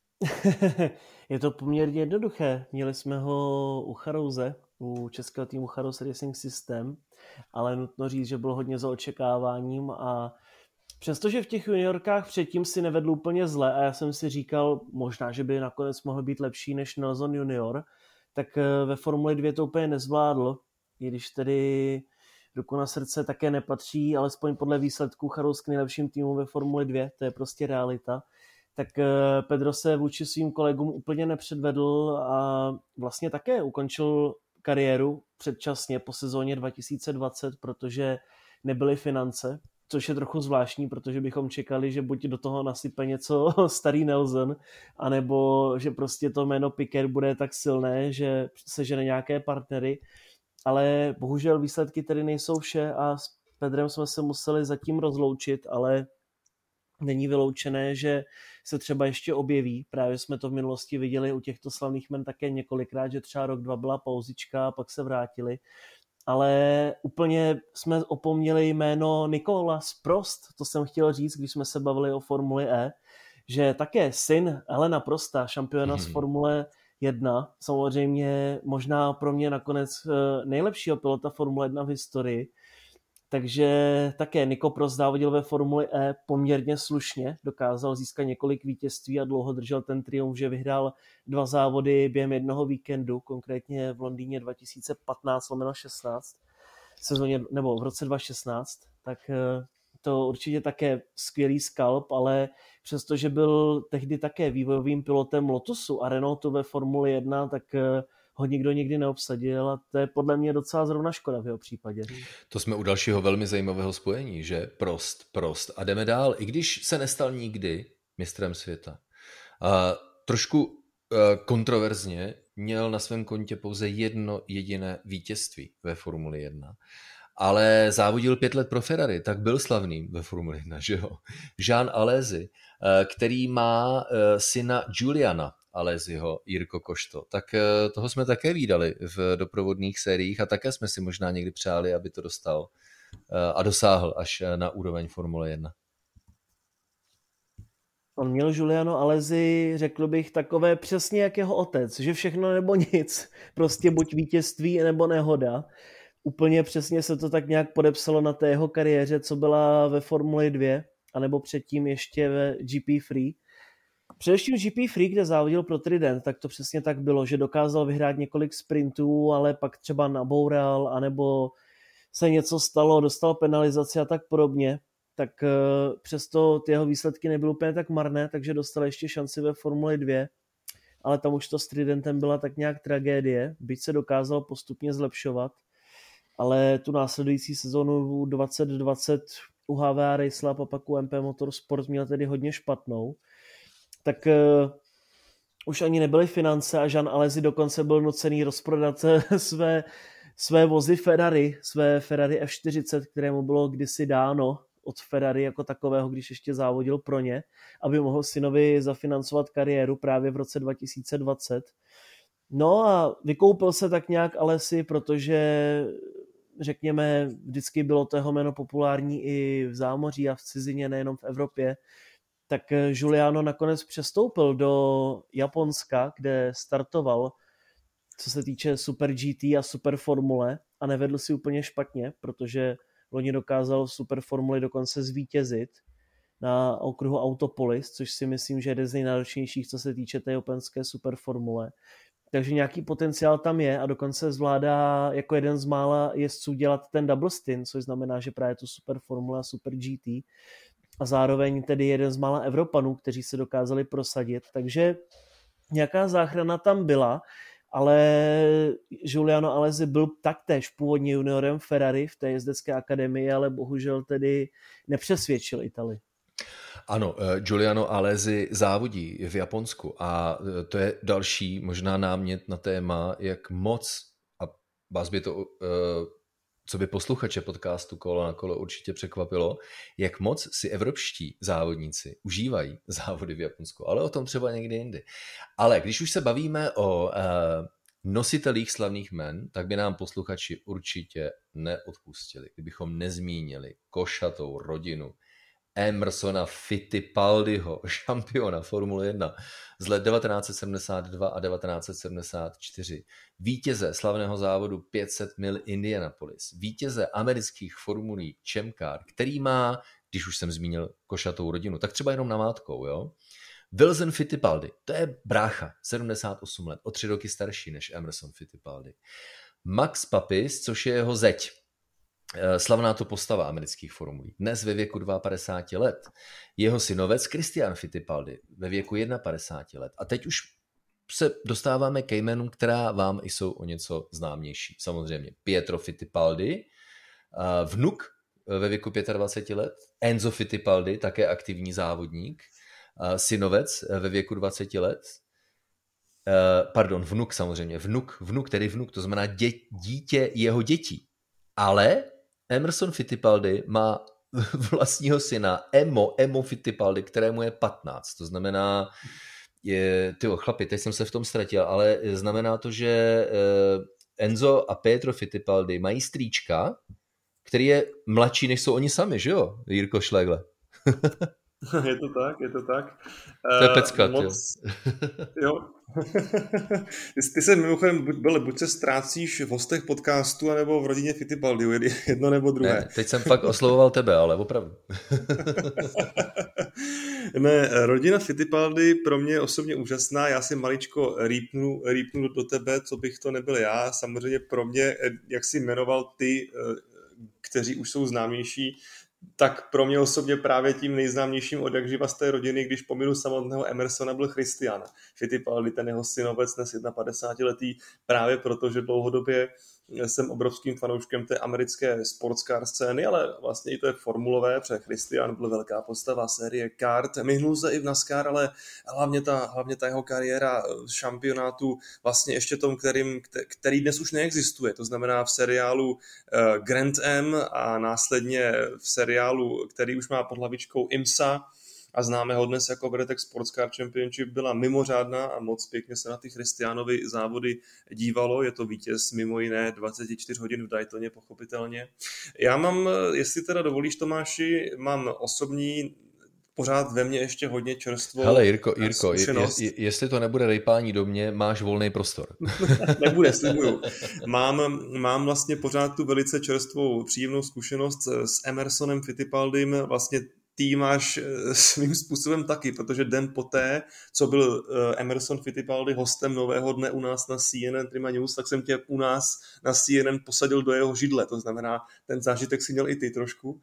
Je to poměrně jednoduché. Měli jsme ho u Charouze, u českého týmu Charouz Racing System, ale nutno říct, že bylo hodně za očekáváním a přestože v těch juniorkách předtím si nevedl úplně zle a já jsem si říkal, možná, že by nakonec mohl být lepší než Nelson junior, tak ve Formuli 2 to úplně nezvládl, i když tedy ruku na srdce také nepatří, alespoň podle výsledků Charouz k nejlepším týmům ve Formuli 2, to je prostě realita. Tak Pedro se vůči svým kolegům úplně nepředvedl a vlastně také ukončil kariéru předčasně po sezóně 2020, protože nebyly finance, což je trochu zvláštní, protože bychom čekali, že buď do toho nasype něco starý Nelson, anebo že prostě to jméno Piquet bude tak silné, že sežene nějaké partnery, ale bohužel výsledky tedy nejsou vše a s Pedrem jsme se museli zatím rozloučit, ale není vyloučené, že se třeba ještě objeví. Právě jsme to v minulosti viděli u těchto slavných men také několikrát, že třeba rok, dva byla pauzička a pak se vrátili. Ale úplně jsme opomněli jméno Nicolas Prost, to jsem chtěl říct, když jsme se bavili o Formuli E, že také syn Alena Prosta, šampiona z Formule 1, samozřejmě možná pro mě nakonec nejlepšího pilota Formule 1 v historii, takže také Nico Prost závodil ve Formuli E poměrně slušně, dokázal získat několik vítězství a dlouho držel ten triumf, že vyhrál 2 závody během jednoho víkendu, konkrétně v Londýně 2015/16, sezóně, nebo v roce 2016, tak to určitě také skvělý skalp, ale přestože byl tehdy také vývojovým pilotem Lotusu a Renaultu ve Formuli 1, tak ho nikdo nikdy neobsadil a to je podle mě docela zrovna škoda v jeho případě. To jsme u dalšího velmi zajímavého spojení, že Prost. A jdeme dál, i když se nestal nikdy mistrem světa. Trošku kontroverzně měl na svém kontě pouze jedno jediné vítězství ve Formuli 1. Ale závodil 5 let pro Ferrari, tak byl slavný ve Formuli 1, že jo? Jean Alesi, který má syna Juliana Alesiho, Jirko Košto. Tak toho jsme také vídali v doprovodných sériích a také jsme si možná někdy přáli, aby to dostal a dosáhl až na úroveň Formule 1. On měl Giuliano Alesi, řekl bych, takové přesně jak jeho otec, že všechno nebo nic, prostě buď vítězství nebo nehoda. Úplně přesně se to tak nějak podepsalo na té jeho kariéře, co byla ve Formuli 2, anebo předtím ještě ve GP Free. Především GP Free, kde závodil pro Trident, tak to přesně tak bylo, že dokázal vyhrát několik sprintů, ale pak třeba naboural, anebo se něco stalo, dostal penalizaci a tak podobně. Tak přesto ty jeho výsledky nebyly úplně tak marné, takže dostal ještě šanci ve Formuli 2, ale tam už to s Tridentem byla tak nějak tragédie, byť se dokázal postupně zlepšovat, ale tu následující sezónu 2020 u HVA Racelab a pak u MP Motorsport měl tedy hodně špatnou, tak už ani nebyly finance a Jean Alesi dokonce byl nucený rozprodat své své vozy Ferrari, své Ferrari F40, kterému bylo kdysi dáno od Ferrari jako takového, když ještě závodil pro ně, aby mohl synovi zafinancovat kariéru právě v roce 2020. No a vykoupil se tak nějak Alesi, protože řekněme, vždycky bylo to jeho jméno populární i v zámoří a v cizině, nejenom v Evropě, tak Giuliano nakonec přestoupil do Japonska, kde startoval, co se týče Super GT a Super Formule, a nevedl si úplně špatně, protože loni dokázal v Super Formuli dokonce zvítězit na okruhu Autopolis, což si myslím, že je jeden z nejnáročnějších, co se týče té japonské Super Formule. Takže nějaký potenciál tam je a dokonce zvládá jako jeden z mála jezdců dělat ten double stint, což znamená, že právě tu Super Formula a Super GT, a zároveň tedy jeden z mála Evropanů, kteří se dokázali prosadit. Takže nějaká záchrana tam byla, ale Giuliano Alesi byl taktéž původně juniorem Ferrari v té jezdecké akademii, ale bohužel tedy nepřesvědčil Itali. Ano, Giuliano Alesi závodí v Japonsku a to je další možná námět na téma, jak moc, a vás by to, co by posluchače podcastu Kolo na kolo určitě překvapilo, jak moc si evropští závodníci užívají závody v Japonsku, ale o tom třeba někdy jindy. Ale když už se bavíme o nositelích slavných jmen, tak by nám posluchači určitě neodpustili, kdybychom nezmínili košatou rodinu Emersona Fittipaldiho, šampiona Formule 1 z let 1972 a 1974, vítěze slavného závodu 500 mil Indianapolis, vítěze amerických formulí Champ Car, který má, když už jsem zmínil košatou rodinu, tak třeba jenom namátkou, jo? Wilson Fittipaldi, to je brácha, 78 let, o 3 roky starší než Emerson Fittipaldi. Max Papis, což je jeho zeď, slavná to postava amerických formulí, dnes ve věku 52 let. Jeho synovec Christian Fittipaldi ve věku 51 let. A teď už se dostáváme ke jménům, která vám jsou o něco známější. Samozřejmě Pietro Fittipaldi, vnuk ve věku 25 let, Enzo Fittipaldi, také aktivní závodník, synovec ve věku 20 let, vnuk samozřejmě, vnuk, to znamená dítě jeho dětí. Ale Emerson Fittipaldi má vlastního syna Emo Fittipaldi, kterému je 15. To znamená, chlapi, teď jsem se v tom ztratil, ale znamená to, že Enzo a Pietro Fittipaldi mají strýčka, který je mladší, než jsou oni sami, že jo, Jirko Šlegle? Je to tak. To je peckat, jo. Ty se mimochodem buď se ztrácíš v hostech podcastu, anebo v rodině Fittipaldiů, jedno nebo druhé. Ne, teď jsem pak oslovoval tebe, ale opravdu. Ne, rodina Fittipaldi pro mě je osobně úžasná, já si maličko rýpnu do tebe, co bych to nebyl já. Samozřejmě pro mě, jak jsi jmenoval ty, kteří už jsou známější, tak pro mě osobně právě tím nejznámějším od jak živa z té rodiny, když pominu samotného Emersona, byl Christian Fittipaldi, ten jeho synovec, dnes 51letý, právě proto, že dlouhodobě jsem obrovským fanouškem té americké sportscar scény, ale vlastně i to je formulové, protože Christian byl velká postava série kart, myhnul se i v NASCAR, ale hlavně ta jeho kariéra šampionátu vlastně ještě tom, který dnes už neexistuje, to znamená v seriálu Grand M a následně v seriálu, který už má pod hlavičkou IMSA, a známe ho dnes jako Veretech Sportscar Championship, byla mimořádná a moc pěkně se na ty Christianovy závody dívalo. Je to vítěz mimo jiné 24 hodin v Daytoně, pochopitelně. Já mám, jestli teda dovolíš, Tomáši, mám osobní pořád ve mně ještě hodně čerstvou. Hele, Jirko, jestli to nebude rejpání do mě, máš volný prostor. Nebude, slibuju. Mám vlastně pořád tu velice čerstvou příjemnou zkušenost s Emersonem Fittipaldim, vlastně ty máš svým způsobem taky, protože den poté, co byl Emerson Fittipaldi hostem Nového dne u nás na CNN Prima News, tak jsem tě u nás na CNN posadil do jeho židle, to znamená, ten zážitek si měl i ty trošku.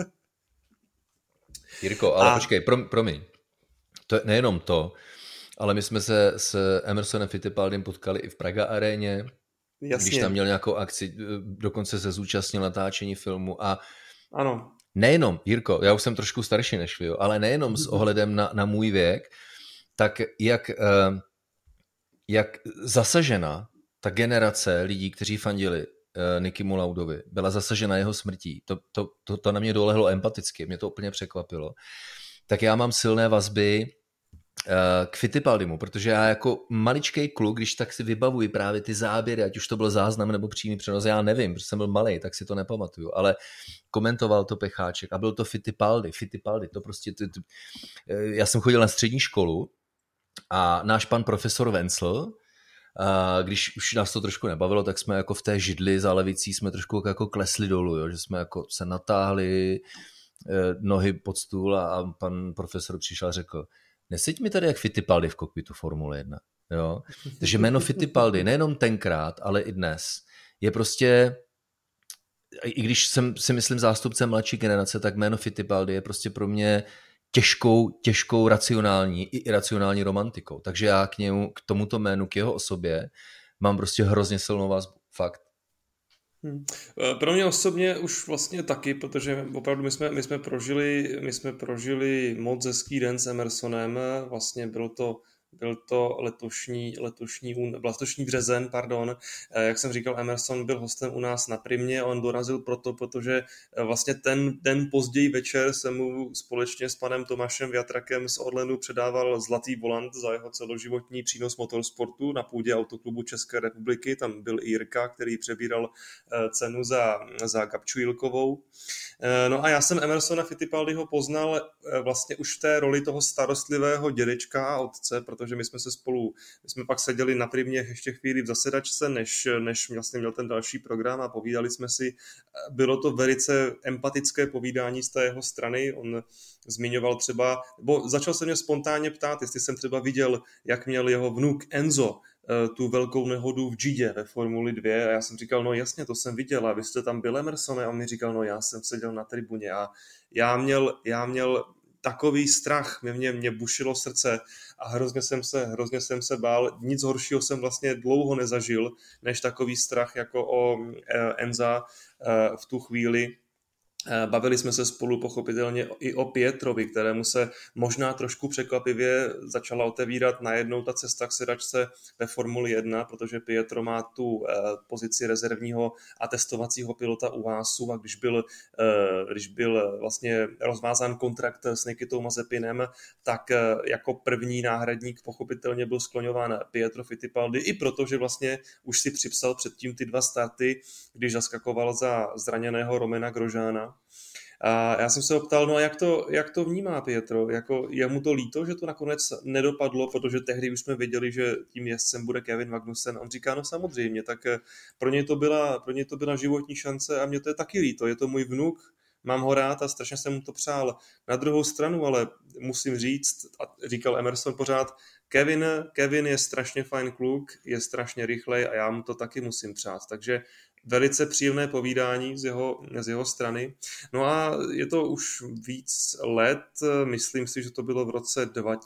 Jirko, ale počkej, promiň, to je nejenom to, ale my jsme se s Emersonem Fittipaldim potkali i v Praga aréně, Jasně. Když tam měl nějakou akci, dokonce se zúčastnil natáčení filmu a ano. Nejenom, Jirko, já už jsem trošku starší než vy, ale nejenom s ohledem na můj věk, tak jak zasažena ta generace lidí, kteří fandili Nikimu Laudovi, byla zasažena jeho smrtí. To na mě dolehlo empaticky, mě to úplně překvapilo. Tak já mám silné vazby k Fittipaldimu, protože já jako maličkej kluk, když tak si vybavuji právě ty záběry, ať už to byl záznam nebo přímý přenos, já nevím, protože jsem byl malej, tak si to nepamatuju, ale komentoval to Pecháček a byl to Fittipaldi, to prostě, já jsem chodil na střední školu a náš pan profesor Vencel, když už nás to trošku nebavilo, tak jsme jako v té židli za levicí jsme trošku jako klesli dolů, jo? Že jsme jako se natáhli nohy pod stůl a pan profesor přišel a řekl, neseď mi tady jak Fittipaldi v kokpitu Formule 1. Jo? Takže jméno Fittipaldi nejenom tenkrát, ale i dnes je prostě, i když jsem si myslím zástupcem mladší generace, tak jméno Fittipaldi je prostě pro mě těžkou racionální i iracionální romantikou. Takže já k tomuto jménu, k jeho osobě mám prostě hrozně silnou vazbu. Fakt. Pro mě osobně už vlastně taky, protože opravdu my jsme prožili moc hezký den s Emersonem, vlastně byl to letošní březen, pardon. Jak jsem říkal, Emerson byl hostem u nás na Primě, on dorazil protože vlastně ten den později večer jsem mu společně s panem Tomášem Vjatrakem z Orlenu předával zlatý volant za jeho celoživotní přínos motorsportu na půdě Autoklubu České republiky. Tam byl i Jirka, který přebíral cenu za Gabču Jilkovou. No a já jsem Emersona Fittipaldiho poznal vlastně už v té roli toho starostlivého dědečka a otce, protože my jsme pak seděli na Primě ještě chvíli v zasedačce, než vlastně měl ten další program a povídali jsme si. Bylo to velice empatické povídání z té jeho strany. On zmiňoval třeba, bo začal se mě spontánně ptát, jestli jsem třeba viděl, jak měl jeho vnuk Enzo tu velkou nehodu v Gidě ve Formuli 2 a já jsem říkal, no jasně, to jsem viděl a vy jste tam byl, Emersone, a on mi říkal, no já jsem seděl na tribuně a já měl takový strach, mě bušilo srdce a hrozně jsem se bál. Nic horšího jsem vlastně dlouho nezažil, než takový strach jako o Enza v tu chvíli. Bavili jsme se spolu pochopitelně i o Pietrovi, kterému se možná trošku překvapivě začala otevírat najednou ta cesta k sedačce ve Formuli 1, protože Pietro má tu pozici rezervního a testovacího pilota u Haasu a když byl vlastně rozvázán kontrakt s Nikitou Mazepinem, tak jako první náhradník pochopitelně byl skloňován Pietro Fittipaldi, i protože vlastně už si připsal předtím ty 2 starty, když zaskakoval za zraněného Romana Grosjeana. A já jsem se ho ptal, no a jak to vnímá Pietro? Jako, je mu to líto, že to nakonec nedopadlo, protože tehdy už jsme věděli, že tím jezdcem bude Kevin Magnussen. On říká, no samozřejmě, tak pro něj to byla životní šance a mě to je taky líto. Je to můj vnuk, mám ho rád a strašně jsem mu to přál. Na druhou stranu, ale musím říct, a říkal Emerson pořád, Kevin je strašně fajn kluk, je strašně rychlej a já mu to taky musím přát. Takže velice příjemné povídání z jeho strany. No a je to už víc let, myslím si, že to bylo v roce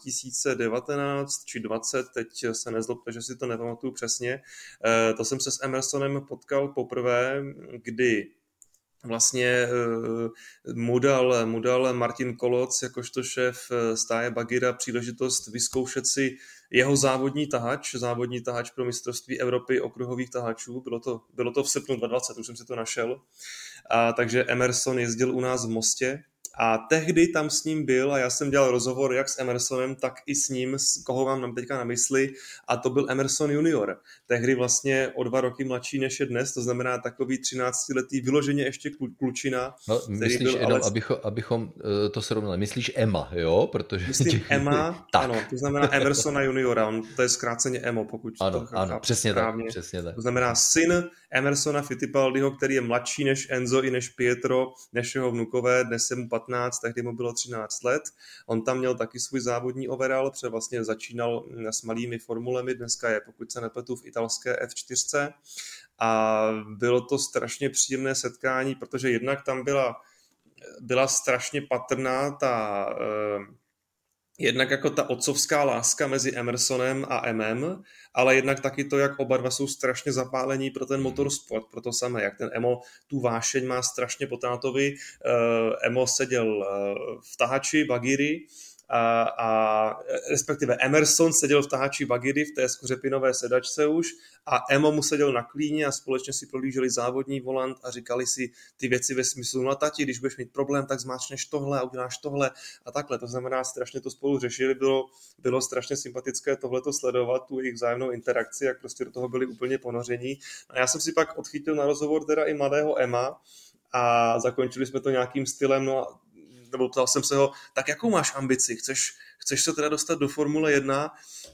2019 či 20, teď se nezlobte, že si to nepamatuju přesně. To jsem se s Emersonem potkal poprvé, kdy vlastně mu dal Martin Koloc, jakožto šéf stáje Bagira, příležitost vyzkoušet si jeho závodní tahač pro mistrovství Evropy okruhových tahačů. Bylo to v srpnu 2020, už jsem si to našel. Takže Emerson jezdil u nás v Mostě a tehdy tam s ním byl a já jsem dělal rozhovor jak s Emersonem, tak i s ním, koho mám teďka na mysli, a to byl Emerson junior. Tehdy vlastně o 2 roky mladší než je dnes, to znamená takový 13letý, vyloženě ještě klučina. No, myslíš, jenom, abychom to srovnali, myslíš Emma, jo? Protože myslím Emma, ano, to znamená Emersona juniora, to je zkráceně Emo, pokud ano, to chápu přesně správně. Tak, přesně tak. To znamená syn Emersona Fittipaldiho, který je mladší než Enzo i než Pietro, než jeho vnukové, dnes je mu 15, tehdy mu bylo 13 let. On tam měl taky svůj závodní overall, protože vlastně začínal s malými formulemi, dneska je, pokud se nepletu, v italské F4. A bylo to strašně příjemné setkání, protože jednak tam byla strašně patrná jednak jako ta otcovská láska mezi Emersonem a Emem, ale jednak taky to, jak oba dva jsou strašně zapálení pro ten motorsport, pro to samé, jak ten Emo tu vášeň má strašně po tátovi. Emo seděl v tahači Bagiri a respektive Emerson seděl v tahači bagidy v té skořepinové sedačce už a Emo mu seděl na klíně a společně si prohlíželi závodní volant a říkali si ty věci ve smyslu, no tati, když budeš mít problém, tak zmáčneš tohle a uděláš tohle a takhle. To znamená, strašně to spolu řešili, bylo strašně sympatické tohleto sledovat, tu jejich vzájemnou interakci, jak prostě do toho byli úplně ponoření. A já jsem si pak odchytil na rozhovor teda i mladého Ema a zakončili jsme to nějakým stylem, nebo ptal jsem se ho, tak jakou máš ambici? Chceš se teda dostat do Formule 1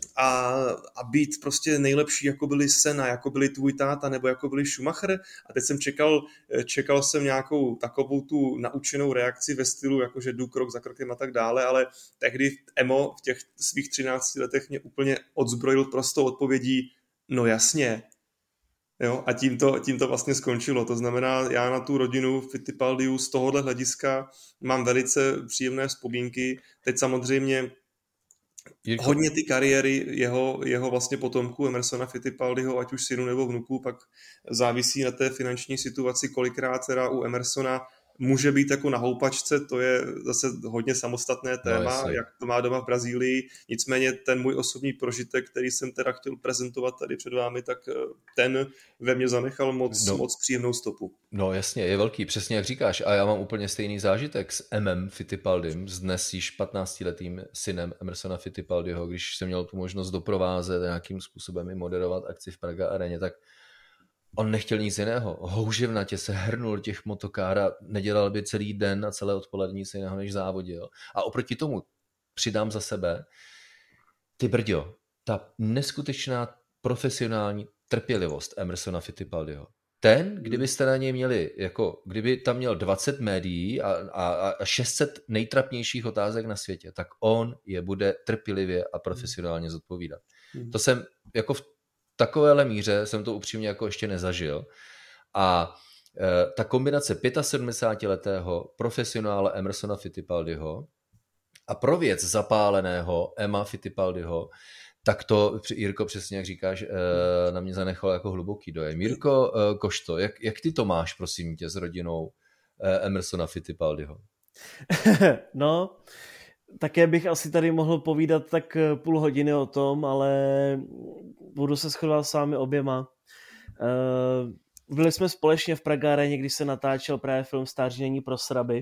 a být prostě nejlepší, jako byli Senna, jako byli tvůj táta, nebo jako byli Schumacher? A teď jsem čekal jsem nějakou takovou tu naučenou reakci ve stylu, jakože jdu krok za krokem a tak dále, ale tehdy Emo v těch svých 13 letech mě úplně odzbrojil prostou odpovědí, no jasně. Jo, a tím to vlastně skončilo. To znamená, já na tu rodinu Fittipaldiů z tohohle hlediska mám velice příjemné vzpomínky. Teď samozřejmě hodně ty kariéry jeho vlastně potomků Emersona Fittipaldiho, ať už synu nebo vnuku, pak závisí na té finanční situaci, kolikrát teda u Emersona může být jako na houpačce, to je zase hodně samostatné téma, jak to má doma v Brazílii. Nicméně ten můj osobní prožitek, který jsem teda chtěl prezentovat tady před vámi, tak ten ve mně zanechal moc příjemnou stopu. No jasně, je velký, přesně jak říkáš. A já mám úplně stejný zážitek s Emem Fittipaldym, s dnes již 15letým synem Emersona Fittipaldiho, když jsem měl tu možnost doprovázet nějakým způsobem i moderovat akci v Praga Areně, tak on nechtěl nic jiného. Houževnatě se hrnul do těch motokár a nedělal by celý den a celé odpolední nic jiného, než závodil. A oproti tomu přidám za sebe, ty brďo, ta neskutečná profesionální trpělivost Emersona Fittipaldiho. Ten, kdybyste na něj měli, jako kdyby tam měl 20 médií a 600 nejtrapnějších otázek na světě, tak on je bude trpělivě a profesionálně zodpovídat. To jsem jako v takovéhle míře jsem to upřímně jako ještě nezažil. A ta kombinace 75letého profesionála Emersona Fittipaldiho a pro věc zapáleného Ema Fittipaldiho, tak to, Jirko, přesně jak říkáš, na mě zanechalo jako hluboký dojem. Jirko Košto, jak ty to máš, prosím tě, s rodinou Emersona Fittipaldiho? No, také bych asi tady mohl povídat tak půl hodiny o tom, ale budu se shodovat s vámi oběma. Byli jsme společně v Praga Areně, když se natáčel právě film Stáří není pro sraby.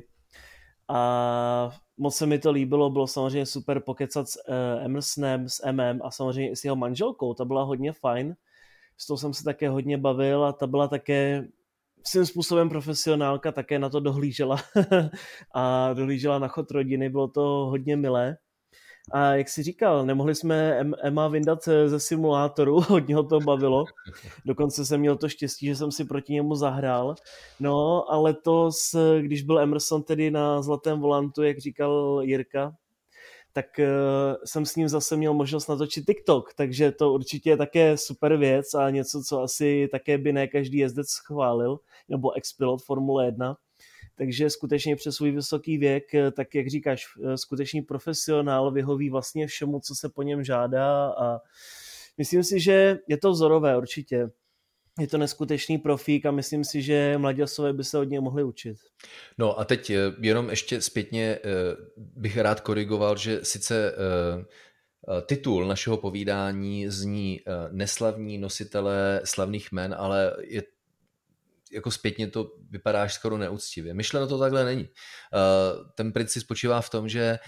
A moc se mi to líbilo, bylo samozřejmě super pokecat s Emersonem, s Emem a samozřejmě i s jeho manželkou, ta byla hodně fajn. S tou jsem se také hodně bavil a ta byla také svým způsobem profesionálka, také na to dohlížela a dohlížela na chod rodiny, bylo to hodně milé. A jak jsi říkal, nemohli jsme Ema vyndat ze simulátoru, hodně ho to bavilo. Dokonce jsem měl to štěstí, že jsem si proti němu zahrál. No a letos, když byl Emerson tedy na zlatém volantu, jak říkal Jirka, tak jsem s ním zase měl možnost natočit TikTok, takže to určitě je také super věc a něco, co asi také by ne každý jezdec schválil, nebo ex-pilot Formule 1. Takže skutečně přes svůj vysoký věk, tak jak říkáš, skutečný profesionál vyhoví vlastně všemu, co se po něm žádá a myslím si, že je to vzorové určitě. Je to neskutečný profík a myslím si, že mladěsové by se od něj mohli učit. No a teď jenom ještě zpětně bych rád korigoval, že sice titul našeho povídání zní Neslavní nositelé slavných jmen, ale je jako zpětně to vypadá až skoro neúctivě. Myšleno to takhle není. Ten princip spočívá v tom, že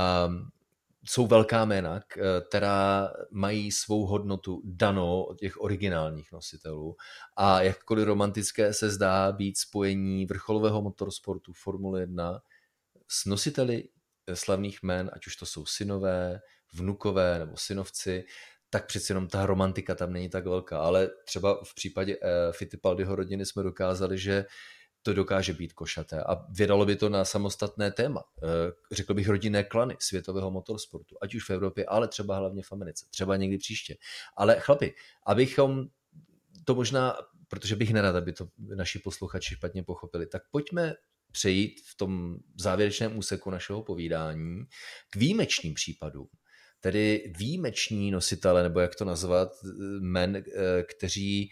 jsou velká jména, která mají svou hodnotu danou od těch originálních nositelů a jakkoliv romantické se zdá být spojení vrcholového motorsportu Formule 1 s nositeli slavných jmén, ať už to jsou synové, vnukové nebo synovci, tak přeci jenom ta romantika tam není tak velká. Ale třeba v případě Fittipaldiho rodiny jsme dokázali, že to dokáže být košaté. A vydalo by to na samostatné téma. Řekl bych rodinné klany světového motorsportu, ať už v Evropě, ale třeba hlavně v Americe. Třeba někdy příště. Ale chlapi, abychom to možná, protože bych nerad, aby to naši posluchači špatně pochopili, tak pojďme přejít v tom závěrečném úseku našeho povídání k výjimečným případům. Tedy výjimeční nositele, nebo jak to nazvat, men, kteří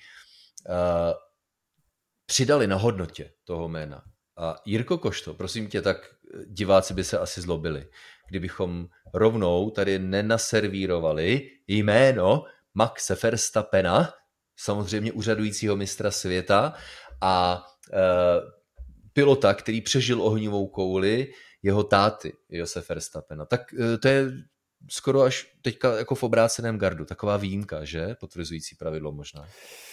přidali na hodnotě toho jména. A Jirko Košto, prosím tě, tak diváci by se asi zlobili, kdybychom rovnou tady nenaservírovali jméno Maxe Verstappena, samozřejmě úřadujícího mistra světa a pilota, který přežil ohnivou kouli jeho táty Jose Verstappena. Tak to je skoro až teďka jako v obráceném gardu, taková výjimka, že? Potvrzující pravidlo možná.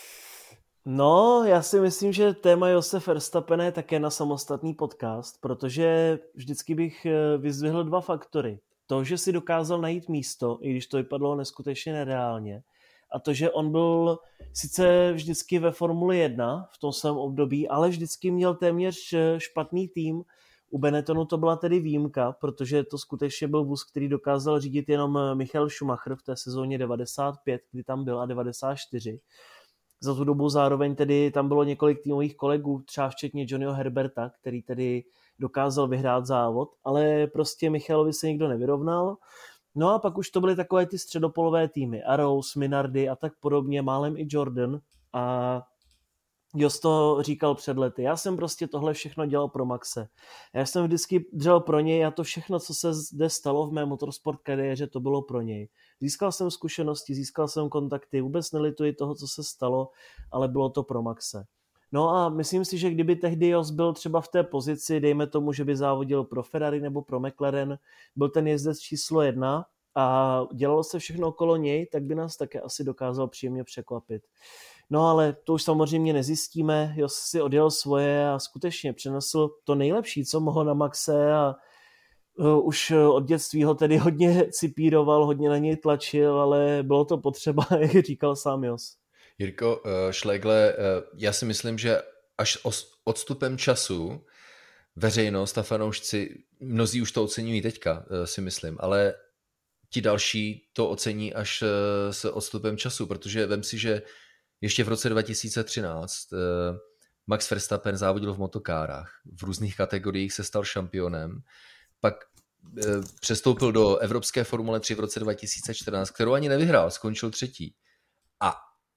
No, já si myslím, že téma Jose Verstappena je také na samostatný podcast, protože vždycky bych vyzdvihl 2 faktory. To, že si dokázal najít místo, i když to vypadalo neskutečně nereálně, a to, že on byl sice vždycky ve Formuli 1 v tom svém období, ale vždycky měl téměř špatný tým. U Benettonu to byla tedy výjimka, protože to skutečně byl vůz, který dokázal řídit jenom Michael Schumacher v té sezóně 95, kdy tam byl, a 94. Za tu dobu zároveň tedy tam bylo několik týmových kolegů, třeba včetně Johnnyho Herberta, který tedy dokázal vyhrát závod, ale prostě Michalovi se nikdo nevyrovnal. No a pak už to byly takové ty středopolové týmy, Arrows, Minardi a tak podobně, málem i Jordan. A Jos to říkal před lety. Já jsem prostě tohle všechno dělal pro Maxe. Já jsem vždycky dřel pro něj a to všechno, co se zde stalo v mé motorsport kariéře, to bylo pro něj. Získal jsem zkušenosti, získal jsem kontakty, vůbec nelituji toho, co se stalo, ale bylo to pro Maxe. No a myslím si, že kdyby tehdy Jos byl třeba v té pozici, dejme tomu, že by závodil pro Ferrari nebo pro McLaren, byl ten jezdec číslo 1 a dělalo se všechno okolo něj, tak by nás také asi dokázal příjemně překvapit. No ale to už samozřejmě nezjistíme, Jos si odjel svoje a skutečně přenesl to nejlepší, co mohl na Maxe a už od dětství ho tedy hodně cipíroval, hodně na něj tlačil, ale bylo to potřeba, jak říkal sám Jos. Jirko Šlégle, já si myslím, že až odstupem času veřejnost a fanoušci, mnozí už to oceňují teďka, si myslím, ale ti další to ocení až s odstupem času, protože vem si, že ještě v roce 2013 Max Verstappen závodil v motokárách. V různých kategoriích se stal šampionem. Pak přestoupil do Evropské Formule 3 v roce 2014, kterou ani nevyhrál, skončil 3. A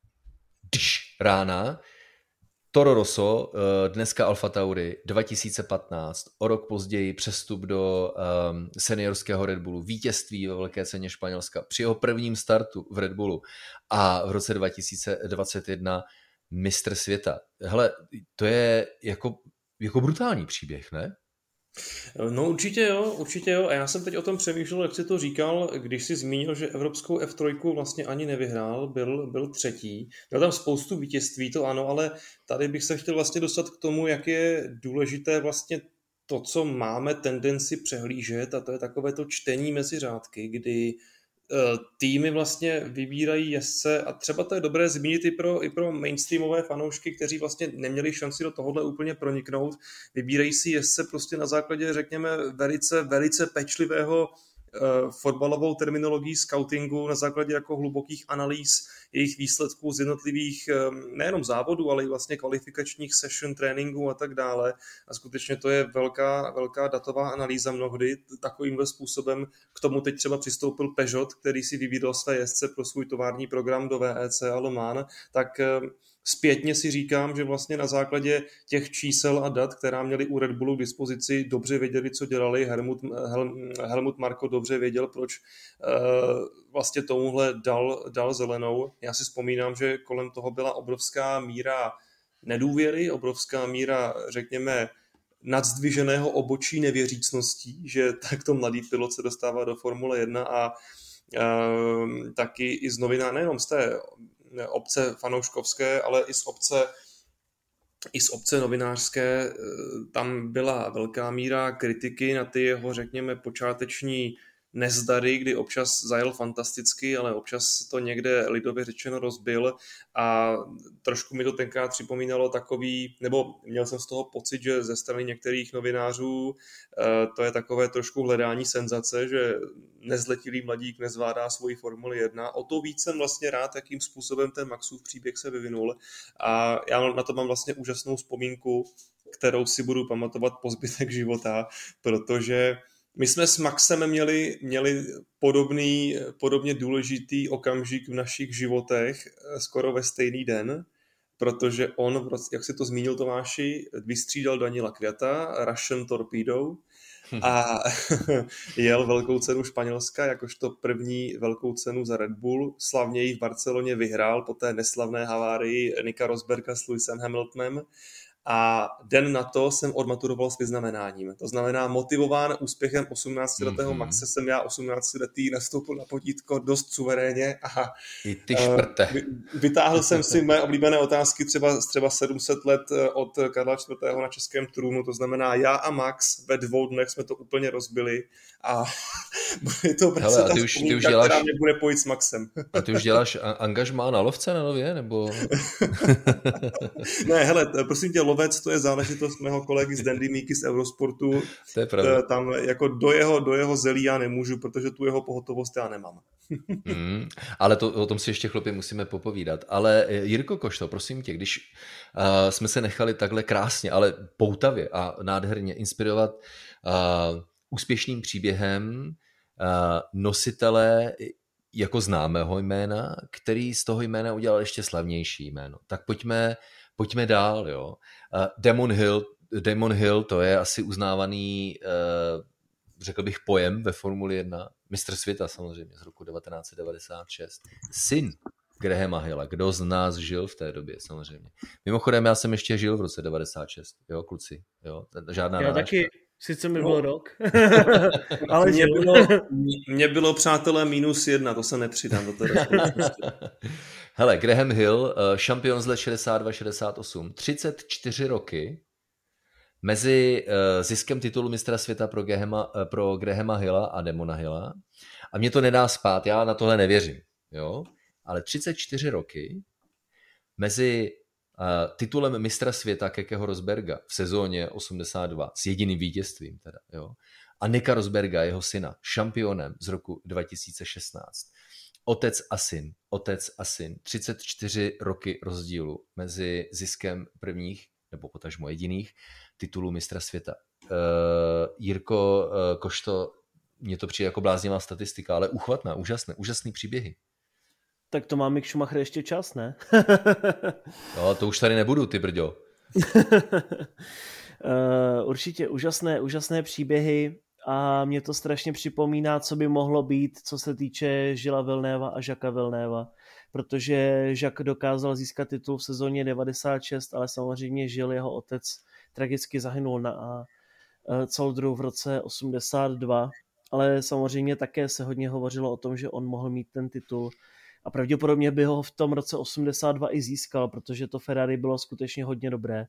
rána Toro Rosso, dneska Alfa Tauri, 2015, o rok později přestup do seniorského Red Bullu, vítězství ve velké ceně Španělska při jeho prvním startu v Red Bullu a v roce 2021 mistr světa. Hele, to je jako brutální příběh, ne? No určitě jo. A já jsem teď o tom přemýšlel, jak jsi to říkal, když jsi zmínil, že evropskou F3 vlastně ani nevyhrál, byl 3. Měl tam spoustu vítězství, to ano, ale tady bych se chtěl vlastně dostat k tomu, jak je důležité vlastně to, co máme tendenci přehlížet, a to je takové to čtení mezi řádky, kdy týmy vlastně vybírají jezdce a třeba to je dobré zmínit i pro mainstreamové fanoušky, kteří vlastně neměli šanci do tohohle úplně proniknout. Vybírají si jezdce prostě na základě, řekněme, velice pečlivého fotbalovou terminologií scoutingu, na základě jako hlubokých analýz jejich výsledků z jednotlivých nejenom závodů, ale i vlastně kvalifikačních session tréninků a tak dále. A skutečně to je velká datová analýza mnohdy. Takovýmhle způsobem k tomu teď třeba přistoupil Peugeot, který si vybíral své jezdce pro svůj tovární program do WEC a Le Mans, tak zpětně si říkám, že vlastně na základě těch čísel a dat, která měli u Red Bullu k dispozici, dobře věděli, co dělali. Helmut Marko dobře věděl, proč vlastně tomuhle dal zelenou. Já si vzpomínám, že kolem toho byla obrovská míra nedůvěry, obrovská míra, řekněme, nadzdviženého obočí nevěřícností, že takto mladý pilot se dostává do Formule 1 a taky i z novinářů, nejenom z té obce fanouškovské, ale i z obce novinářské, tam byla velká míra kritiky na ty jeho, řekněme, počáteční nezdary, kdy občas zajel fantasticky, ale občas to někde lidově řečeno rozbil a trošku mi to tenkrát připomínalo takový, nebo měl jsem z toho pocit, že ze strany některých novinářů to je takové trošku hledání senzace, že nezletilý mladík nezvládá svoji Formuli 1. O to víc jsem vlastně rád, jakým způsobem ten Maxův příběh se vyvinul a já na to mám vlastně úžasnou vzpomínku, kterou si budu pamatovat po zbytek života, protože my jsme s Maxem měli podobně důležitý okamžik v našich životech skoro ve stejný den, protože on, jak si to zmínil Tomáši, vystřídal Daniela Kvyata, Russian Torpedo, a jel velkou cenu Španělska, jakožto první velkou cenu za Red Bull. Slavně ji v Barceloně vyhrál po té neslavné havárii Nika Rosberga s Lewisem Hamiltonem. A den na to jsem odmaturoval s vyznamenáním. To znamená, motivován úspěchem 18letého Maxe jsem já 18letý nastoupil na potítko dost suverénně a i ty šprte. Vytáhl jsem si mé oblíbené otázky třeba 700 let od Karla IV. Na českém trůnu, to znamená já a Max ve 2 dnech jsme to úplně rozbili a bude to prostě ta vzpomínka, která mě bude pojít s Maxem. A ty už děláš angažmá na lovce na Nově, nebo? Ne, hele, prosím tě, lovec, to je záležitost mého kolegy z Dandy Míky z Eurosportu. To je pravda. Tam jako do jeho zelí já nemůžu, protože tu jeho pohotovost já nemám. Ale o tom si ještě chlapi musíme popovídat. Ale Jirko Košto, prosím tě, když jsme se nechali takhle krásně, ale poutavě a nádherně inspirovat úspěšným příběhem nositele jako známého jména, který z toho jména udělal ještě slavnější jméno. Tak pojďme dál, jo. Damon Hill, to je asi uznávaný, řekl bych, pojem ve Formuli 1. Mistr světa samozřejmě z roku 1996. Syn Grahama Hilla. Kdo z nás žil v té době samozřejmě. Mimochodem, já jsem ještě žil v roce 96. Jo, kluci. Jo, žádná já narážka. Taky. Sice mi byl rok. Ale mě bylo, přátelé, -1, to se nepřidám do té Hele, Graham Hill, šampion z let 62-68, 34 roky, mezi ziskem titulu mistra světa pro Grahama Hilla a Damona Hilla. A mě to nedá spát, já na tohle nevěřím. Jo? Ale 34 roky mezi titulem mistra světa Kekeho Rosberga v sezóně 82 s jediným vítězstvím teda, jo? A Nika Rosberga, jeho syna, šampionem z roku 2016. Otec a syn, 34 roky rozdílu mezi ziskem prvních, nebo potažmo jediných, titulů mistra světa. Jirko Košto, mně to přijde jako bláznivá statistika, ale uchvatná, úžasný příběhy. Tak to má Mick Schumacher ještě čas, ne? No, to už tady nebudu, ty brďo. Určitě úžasné příběhy a mě to strašně připomíná, co by mohlo být, co se týče Gilesa Villeneuva a Jacquesa Villeneuva, protože Jacques dokázal získat titul v sezóně 96, ale samozřejmě Gilles, jeho otec, tragicky zahynul na Coldru v roce 82, ale samozřejmě také se hodně hovořilo o tom, že on mohl mít ten titul a pravděpodobně by ho v tom roce 82 i získal, protože to Ferrari bylo skutečně hodně dobré.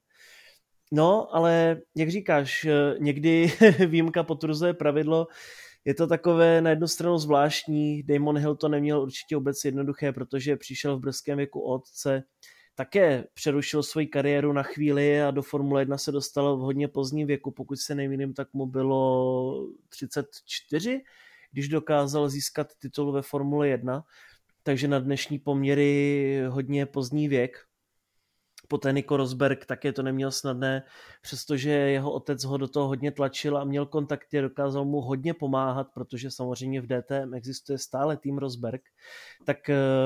No, ale jak říkáš, někdy výjimka potvrzuje pravidlo, je to takové na jednu stranu zvláštní, Damon Hill to neměl určitě vůbec jednoduché, protože přišel v brzkém věku o otce, také přerušil svoji kariéru na chvíli a do Formule 1 se dostal v hodně pozdním věku, pokud se nemýlím, tak mu bylo 34, když dokázal získat titul ve Formule 1, takže na dnešní poměry hodně pozdní věk. Poté Nico Rosberg také to neměl snadné, přestože jeho otec ho do toho hodně tlačil a měl kontakty, dokázal mu hodně pomáhat, protože samozřejmě v DTM existuje stále tým Rosberg, tak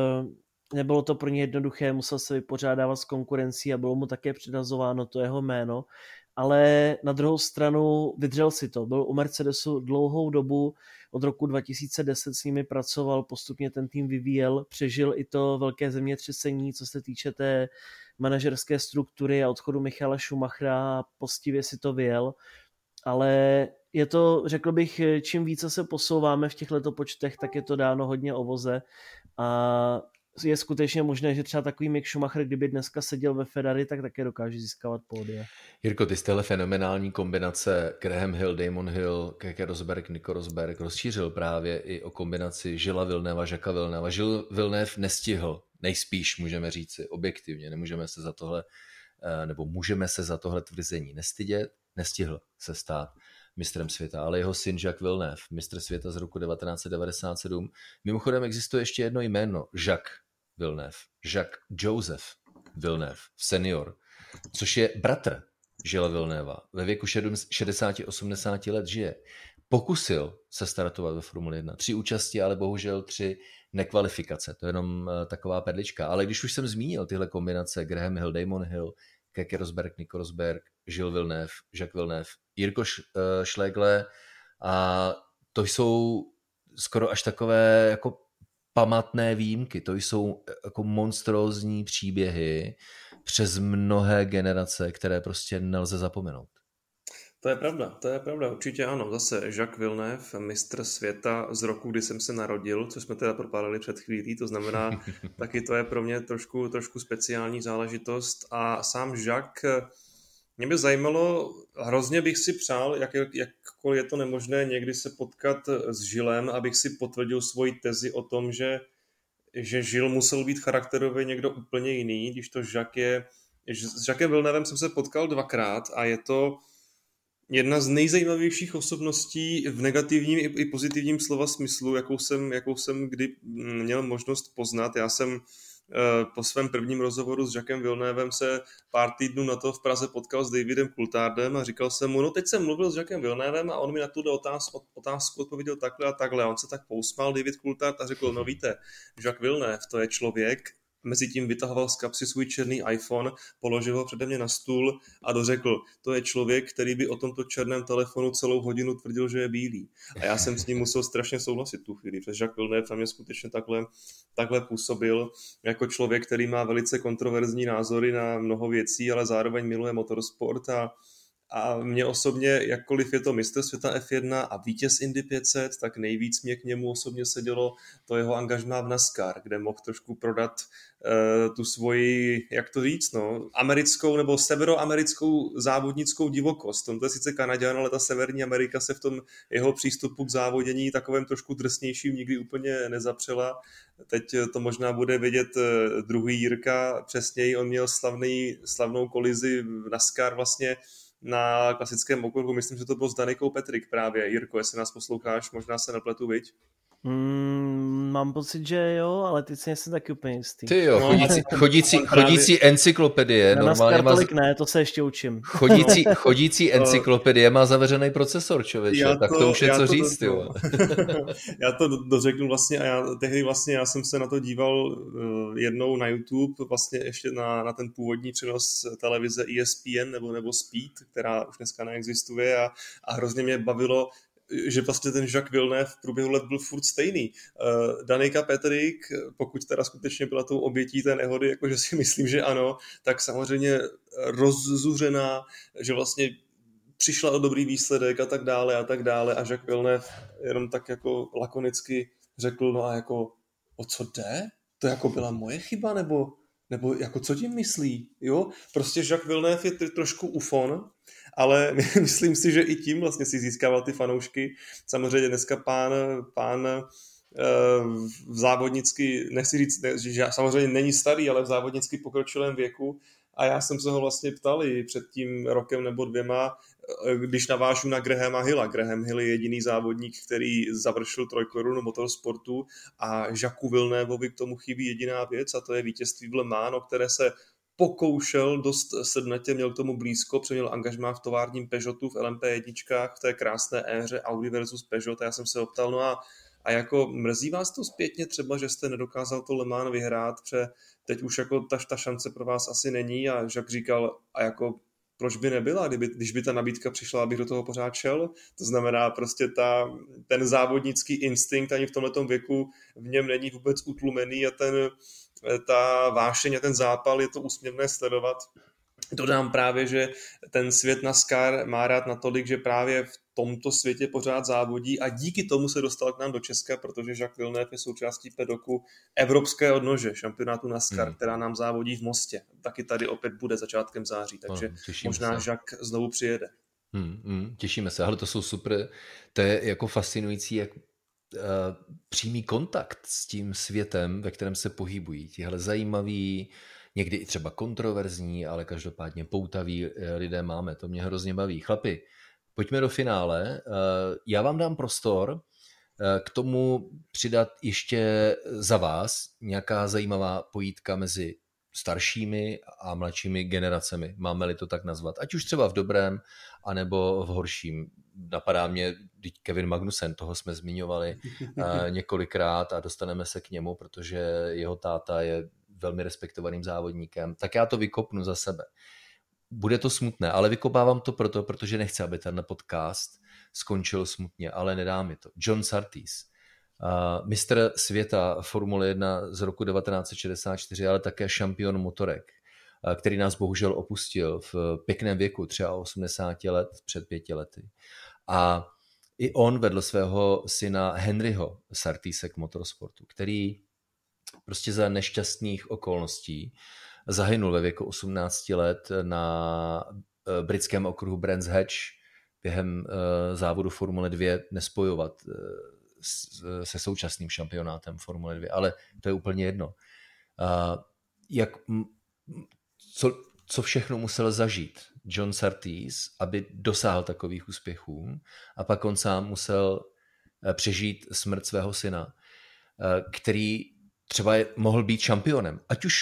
nebylo to pro ně jednoduché, musel se vypořádávat s konkurencí a bylo mu také předhazováno to jeho jméno, ale na druhou stranu vydřel si to, byl u Mercedesu dlouhou dobu, od roku 2010 s nimi pracoval, postupně ten tým vyvíjel, přežil i to velké zemětřesení, co se týče té manažerské struktury a odchodu Michaela Schumachera, postivě si to vyjel, ale je to, řekl bych, čím více se posouváme v těch letopočtech, tak je to dáno hodně o voze a je skutečně možné, že třeba takový Mick Schumacher, kdyby dneska seděl ve Ferrari, tak také dokáže získávat pódia. Jirko, ty z téhle fenomenální kombinace Graham Hill, Damon Hill, Keke Rosberg, Nico Rosberg rozšířil právě i o kombinaci Gilesa Villeneuva, Jacquesa Villeneuva. Gilles Villeneuve nestihl, nejspíš můžeme říci objektivně, nemůžeme se za tohle, nebo můžeme se za tohle tvrzení nestydět, nestihl se stát mistrem světa, ale jeho syn Jacques Villeneuve, mistr světa z roku 1997. Mimochodem existuje ještě jedno jméno, Jacques Villeneuve, Jacques Joseph Villeneuve, senior, což je bratr Gilesa Villeneuva. Ve věku 60-80 let žije. pokusil se startovat ve Formuli 1. 3 účasti, ale bohužel 3 nekvalifikace. To je jenom taková perlička. Ale když už jsem zmínil tyhle kombinace Graham Hill, Damon Hill, Keke Rosberg, Nico Rosberg, Gilles Villeneuve, Jacques Villeneuve, Jirko Schlegel, a to jsou skoro až takové jako pamatné výjimky. To jsou jako monstrózní příběhy přes mnohé generace, které prostě nelze zapomenout. To je pravda, určitě ano. Zase Jacques Villeneuve, mistr světa z roku, kdy jsem se narodil, což jsme teda propálili před chvílí, to znamená, taky to je pro mě trošku speciální záležitost. A sám Jacques, mě by zajímalo, hrozně bych si přál, jakkoliv je to nemožné, někdy se potkat s Gillem, abych si potvrdil svoji tezi o tom, že Gilles musel být charakterově někdo úplně jiný, když to Jacques je... S Jacquem Villenevem jsem se potkal 2krát a je to jedna z nejzajímavějších osobností v negativním i pozitivním slova smyslu, jakou jsem kdy měl možnost poznat. Já jsem po svém prvním rozhovoru s Jacquem Villenevem se pár týdnů na to v Praze potkal s Davidem Coulthardem a říkal jsem mu, no teď jsem mluvil s Jacquem Villenevem a on mi na tuhle otázku odpověděl takhle a takhle. A on se tak pousmál, David Coulthard, a řekl, no víte, Jacques Villeneuve, to je člověk, mezitím vytahoval z kapsy svůj černý iPhone, položil ho přede mě na stůl a dořekl, to je člověk, který by o tomto černém telefonu celou hodinu tvrdil, že je bílý. A já jsem s ním musel strašně souhlasit tu chvíli, protože Jacques Villeneuve na mě skutečně takhle působil jako člověk, který má velice kontroverzní názory na mnoho věcí, ale zároveň miluje motorsport a mě osobně, jakkoliv je to mistr světa F1 a vítěz Indy 500, tak nejvíc mě k němu osobně sedělo to jeho angažmá v NASCAR, kde mohl trošku prodat tu svoji, jak to říct, americkou nebo severoamerickou závodnickou divokost. On to je sice Kanaďan, ale ta Severní Amerika se v tom jeho přístupu k závodění takovém trošku drsnějším nikdy úplně nezapřela. Teď to možná bude vědět druhý Jirka, přesněji on měl slavnou kolizi v NASCAR vlastně na klasickém okruhu, myslím, že to bylo s Danikou Petrik právě. Jirko, jestli nás posloucháš, možná se nepletu, viď? Mám pocit, že jo, ale teď si nejsem taky úplně jistý. Ty jo, chodící encyklopedie. Na NASCAR tolik ne, to se ještě učím. Chodící encyklopedie má zaveřený procesor, člověče, tak to už je co říct. Já to dořeknu vlastně a já jsem se na to díval jednou na YouTube, vlastně ještě na ten původní přenos televize ESPN nebo Speed, která už dneska neexistuje a hrozně mě bavilo, že vlastně ten Jacques Villeneuve v průběhu let byl furt stejný. Danica Patrick, pokud teda skutečně byla tou obětí té nehody, jakože si myslím, že ano, tak samozřejmě rozzuřená, že vlastně přišla o dobrý výsledek a tak dále a Jacques Villeneuve jenom tak jako lakonicky řekl, no a jako o co jde? To jako byla moje chyba, nebo jako co tím myslí? Jo? Prostě Jacques Villeneuve je trošku ufon, ale myslím si, že i tím vlastně si získával ty fanoušky. Samozřejmě dneska pán v závodnicky, nechci říct, že samozřejmě není starý, ale v závodnicky pokročilém věku. A já jsem se ho vlastně ptal i před tím rokem nebo 2, když navážu na Grahama Hilla. Graham Hill je jediný závodník, který završil 3 korunu motorsportu a Jacques Villeneuvovi k tomu chybí jediná věc a to je vítězství v Le Mans, o které se pokoušel dost sednatě, měl k tomu blízko, přeměl angažmá v továrním Peugeotu v LMP1 v té krásné éře Audi versus Peugeot a já jsem se optal, no a jako mrzí vás to zpětně třeba, že jste nedokázal to Le Mans vyhrát, protože teď už jako ta šance pro vás asi není a Jacques říkal, a jako proč by nebyla, když by ta nabídka přišla, abych do toho pořád šel. To znamená prostě ten závodnický instinkt ani v tomhletom věku v něm není vůbec utlumený a ta vášeň a ten zápal je to úsměvné sledovat. Dodám právě, že ten svět NASCAR má rád natolik, že právě v tomto světě pořád závodí a díky tomu se dostal k nám do Česka, protože Jacques Villeneuve je součástí pedoku evropské odnože šampionátu NASCAR, která nám závodí v Mostě. Taky tady opět bude začátkem září, takže možná Jacques znovu přijede. Těšíme se, ale to jsou super, to je jako fascinující, jak přímý kontakt s tím světem, ve kterém se pohybují. Tihle zajímaví, někdy i třeba kontroverzní, ale každopádně poutaví lidé máme. To mě hrozně baví. Chlapi, pojďme do finále. Já vám dám prostor k tomu přidat ještě za vás nějaká zajímavá pojítka mezi staršími a mladšími generacemi, máme-li to tak nazvat. Ať už třeba v dobrém, anebo v horším. napadá mě Kevin Magnussen, toho jsme zmiňovali několikrát a dostaneme se k němu, protože jeho táta je velmi respektovaným závodníkem, tak já to vykopnu za sebe. Bude to smutné, ale vykopávám to protože nechci, aby ten podcast skončil smutně, ale nedá mi to. John Surtees, mistr světa Formule 1 z roku 1964, ale také šampion motorek, který nás bohužel opustil v pěkném věku, třeba 80 let, před 5 lety. A i on vedl svého syna Henryho Surteese k motorsportu, který prostě za nešťastných okolností zahynul ve věku 18 let na britském okruhu Brands Hatch během závodu Formule 2 nespojovat se současným šampionátem Formule 2, ale to je úplně jedno. Co všechno musel zažít John Surtees, aby dosáhl takových úspěchů, a pak on sám musel přežít smrt svého syna, který třeba mohl být šampionem, ať už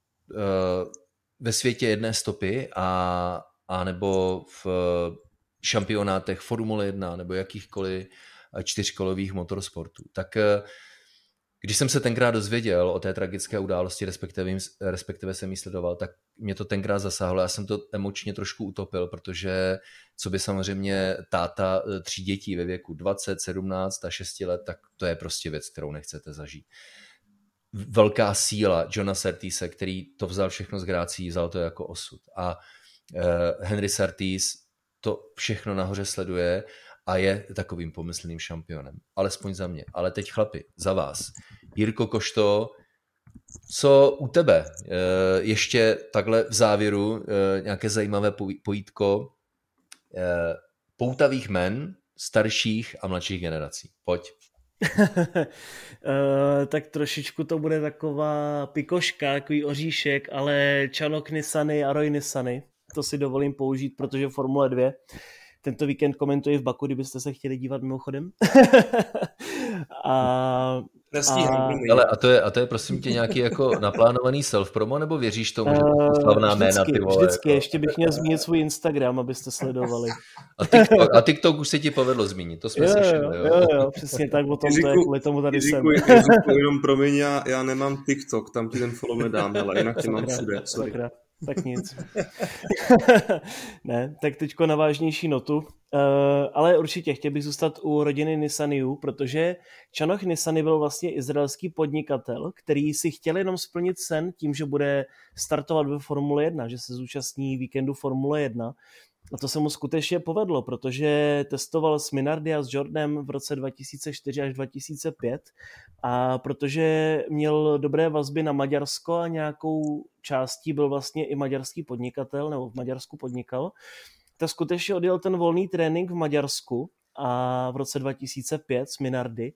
ve světě jedné stopy a nebo v šampionátech Formule 1 nebo jakýchkoliv čtyřkolových motorsportů. Tak když jsem se tenkrát dozvěděl o té tragické události, respektive jsem ji sledoval, tak mě to tenkrát zasáhlo. Já jsem to emočně trošku utopil, protože co by samozřejmě táta 3 dětí ve věku 20, 17 a 6 let, tak to je prostě věc, kterou nechcete zažít. Velká síla Johna Surteese, který to vzal všechno z grácií, vzal to jako osud. A Henry Surtees to všechno nahoře sleduje a je takovým pomyslným šampionem. Alespoň za mě. Ale teď chlapi, za vás. Jirko Košto, co u tebe? Ještě takhle v závěru nějaké zajímavé pojítko poutavých men starších a mladších generací. Pojď. Tak trošičku to bude taková pikoška, takový oříšek, ale Chanok Nissany a Roy Nissany. To si dovolím použít, protože Formule 2 tento víkend komentuji v Baku, kdybyste se chtěli dívat mimochodem. Ale a to je prosím tě nějaký jako naplánovaný self-promo, nebo věříš tomu, že to jsou slavná jména, ty vole? Vždycky, ještě bych měl zmínit svůj Instagram, abyste sledovali. A TikTok už se ti povedlo zmínit, to jsme slyšeli. Jo, přesně tak, o tom to je, kvůli tomu tady jsem. Ježíku, jenom promiň, já nemám TikTok, tam ti ten follow nedám, ale jinak tě mám všude, sorry. Tak nic. Ne, tak teďko na vážnější notu. Ale určitě chtěl bych zůstat u rodiny Nissanyů, protože Chanok Nissany byl vlastně izraelský podnikatel, který si chtěl jenom splnit sen tím, že bude startovat ve Formule 1, že se zúčastní víkendu Formule 1. A to se mu skutečně povedlo, protože testoval s Minardi a s Jordanem v roce 2004 až 2005 a protože měl dobré vazby na Maďarsko a nějakou částí byl vlastně i maďarský podnikatel, nebo v Maďarsku podnikal, tak skutečně odjel ten volný trénink v Maďarsku a v roce 2005 s Minardi,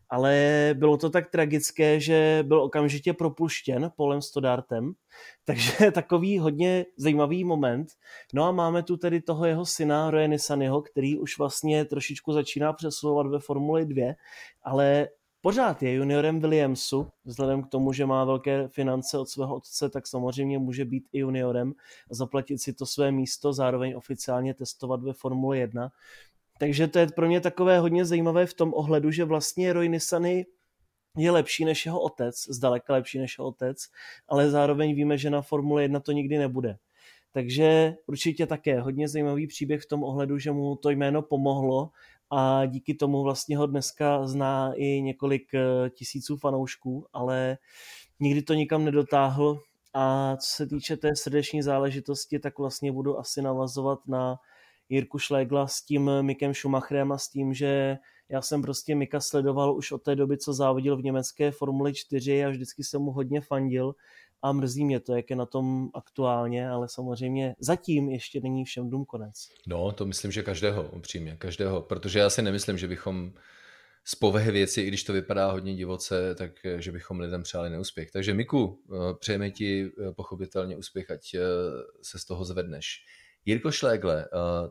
ale bylo to tak tragické, že byl okamžitě propuštěn Paulem Stoddartem, takže takový hodně zajímavý moment. No a máme tu tedy toho jeho syna Roye Nissanyho, který už vlastně trošičku začíná přesouvat ve Formuli 2, ale pořád je juniorem Williamsu, vzhledem k tomu, že má velké finance od svého otce, tak samozřejmě může být i juniorem a zaplatit si to své místo, zároveň oficiálně testovat ve Formuli 1. Takže to je pro mě takové hodně zajímavé v tom ohledu, že vlastně Roy Nissany je lepší než jeho otec, zdaleka lepší než jeho otec, ale zároveň víme, že na Formule 1 to nikdy nebude. Takže určitě také hodně zajímavý příběh v tom ohledu, že mu to jméno pomohlo a díky tomu vlastně ho dneska zná i několik tisíců fanoušků, ale nikdy to nikam nedotáhl. A co se týče té srdeční záležitosti, tak vlastně budu asi navazovat na Jirku Schlegla s tím Mickem Schumacherem a s tím, že já jsem prostě Micka sledoval už od té doby, co závodil v německé Formuli 4 a vždycky jsem mu hodně fandil a mrzí mě to, jak je na tom aktuálně, ale samozřejmě zatím ještě není všem dům konec. No, to myslím, že každého, upřímně, každého, protože já si nemyslím, že bychom z povahy věci, i když to vypadá hodně divoce, tak že bychom lidem přáli neúspěch. Takže Miku, přejeme ti pochopitelně úspěch, ať se z toho zvedneš. Jirko Schlegle,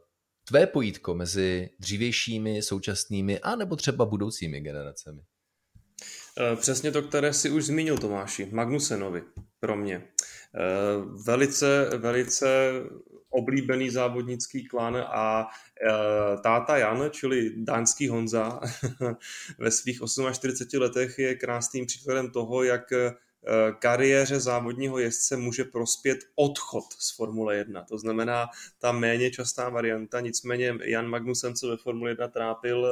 tvé pojítko mezi dřívějšími, současnými a nebo třeba budoucími generacemi? Přesně to, které si už zmínil, Tomáši. Magnusenovi pro mě. Velice oblíbený závodnický klan a táta Jan, čili dánský Honza, ve svých 48 letech je krásným příkladem toho, jak kariéře závodního jezdce může prospět odchod z Formule 1. To znamená ta méně častá varianta, nicméně Jan Magnussen se ve Formule 1 trápil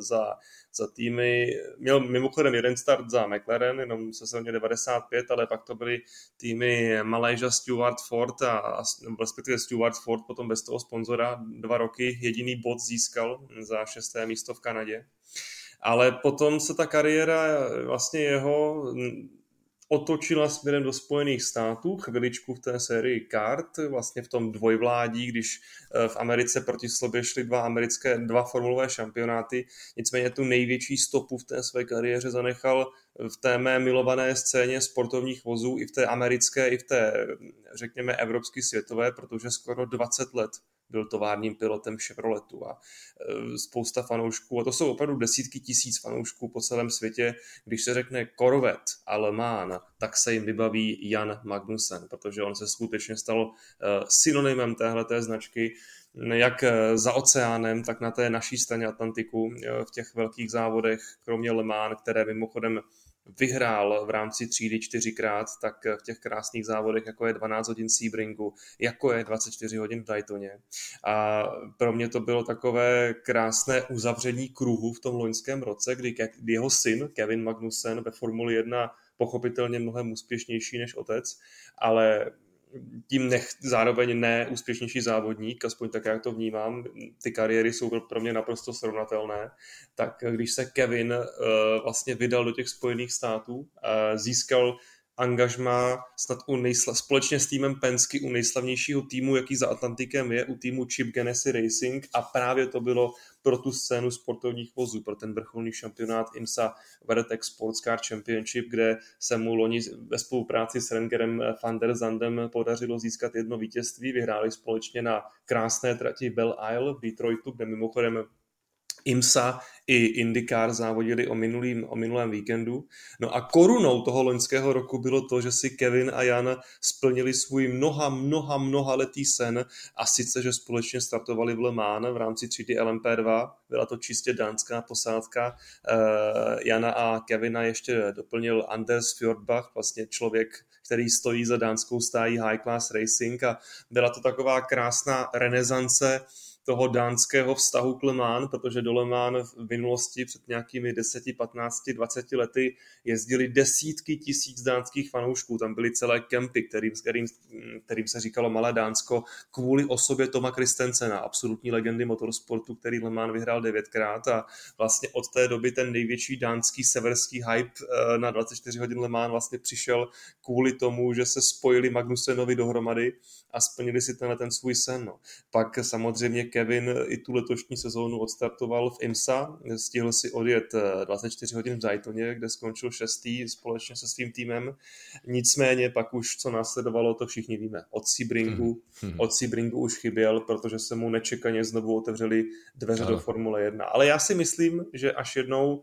za týmy, měl mimochodem jeden start za McLaren, jenom v sezóně 95, ale pak to byly týmy Malaysia Stewart Ford a respektive Stewart Ford potom bez toho sponzora 2 roky, jediný bod získal za 6. místo v Kanadě. Ale potom se ta kariéra vlastně jeho otočila směrem do Spojených států, chviličku v té sérii kart, vlastně v tom dvojvládí, když v Americe proti sobě šly dva formulové šampionáty. Nicméně tu největší stopu v té své kariéře zanechal v té mé milované scéně sportovních vozů i v té americké, i v té, řekněme, evropské světové, protože skoro 20 let byl továrním pilotem Chevroletu a spousta fanoušků, a to jsou opravdu desítky tisíc fanoušků po celém světě, když se řekne Corvette a Le Mans, tak se jim vybaví Jan Magnussen, protože on se skutečně stal synonymem téhleté značky, jak za oceánem, tak na té naší straně Atlantiku v těch velkých závodech, kromě Le Mans, které mimochodem vyhrál v rámci třídy 4krát, tak v těch krásných závodech, jako je 12 hodin Sebringu, jako je 24 hodin v Daytoně. A pro mě to bylo takové krásné uzavření kruhu v tom loňském roce, kdy jeho syn Kevin Magnussen ve Formuli 1 pochopitelně mnohem úspěšnější než otec, ale tím zároveň neúspěšnější závodník, aspoň tak, jak to vnímám, ty kariéry jsou pro mě naprosto srovnatelné, tak když se Kevin vlastně vydal do těch Spojených států, získal angažmá snad společně s týmem Penske u nejslavnějšího týmu, jaký za Atlantikem je, u týmu Chip Ganassi Racing, a právě to bylo pro tu scénu sportovních vozů, pro ten vrcholný šampionát IMSA WeatherTech Sports Car Championship, kde se mu loni ve spolupráci s Rengerem van der Zandem podařilo získat 1 vítězství. Vyhráli společně na krásné trati Belle Isle v Detroitu, kde mimochodem IMSA i IndyCar závodili o minulém víkendu. No a korunou toho loňského roku bylo to, že si Kevin a Jan splnili svůj mnoha letý sen, a sice, že společně startovali v Le Mans v rámci třídy LMP2. Byla to čistě dánská posádka. Jana a Kevina ještě doplnil Anders Fjordbach, vlastně člověk, který stojí za dánskou stájí High Class Racing, a byla to taková krásná renesance toho dánského vztahu k Le Mans, protože do Le Mans v minulosti před nějakými 10, 15, 20 lety jezdili desítky tisíc dánských fanoušků. Tam byly celé kempy, kterým se říkalo Malé Dánsko, kvůli osobě Toma Christensena, absolutní legendy motorsportu, který Le Mans vyhrál 9krát, a vlastně od té doby ten největší dánský severský hype na 24 hodin Le Mans vlastně přišel kvůli tomu, že se spojili Magnussenovi dohromady a splnili si ten svůj sen. No. Pak samozřejmě Kevin i tu letošní sezónu odstartoval v IMSA, stihl si odjet 24 hodin v Daytoně, kde skončil 6. společně se svým týmem. Nicméně pak už, co následovalo, to všichni víme. Od Sebringu už chyběl, protože se mu nečekaně znovu otevřely dveře do Formule 1. Ale já si myslím, že až jednou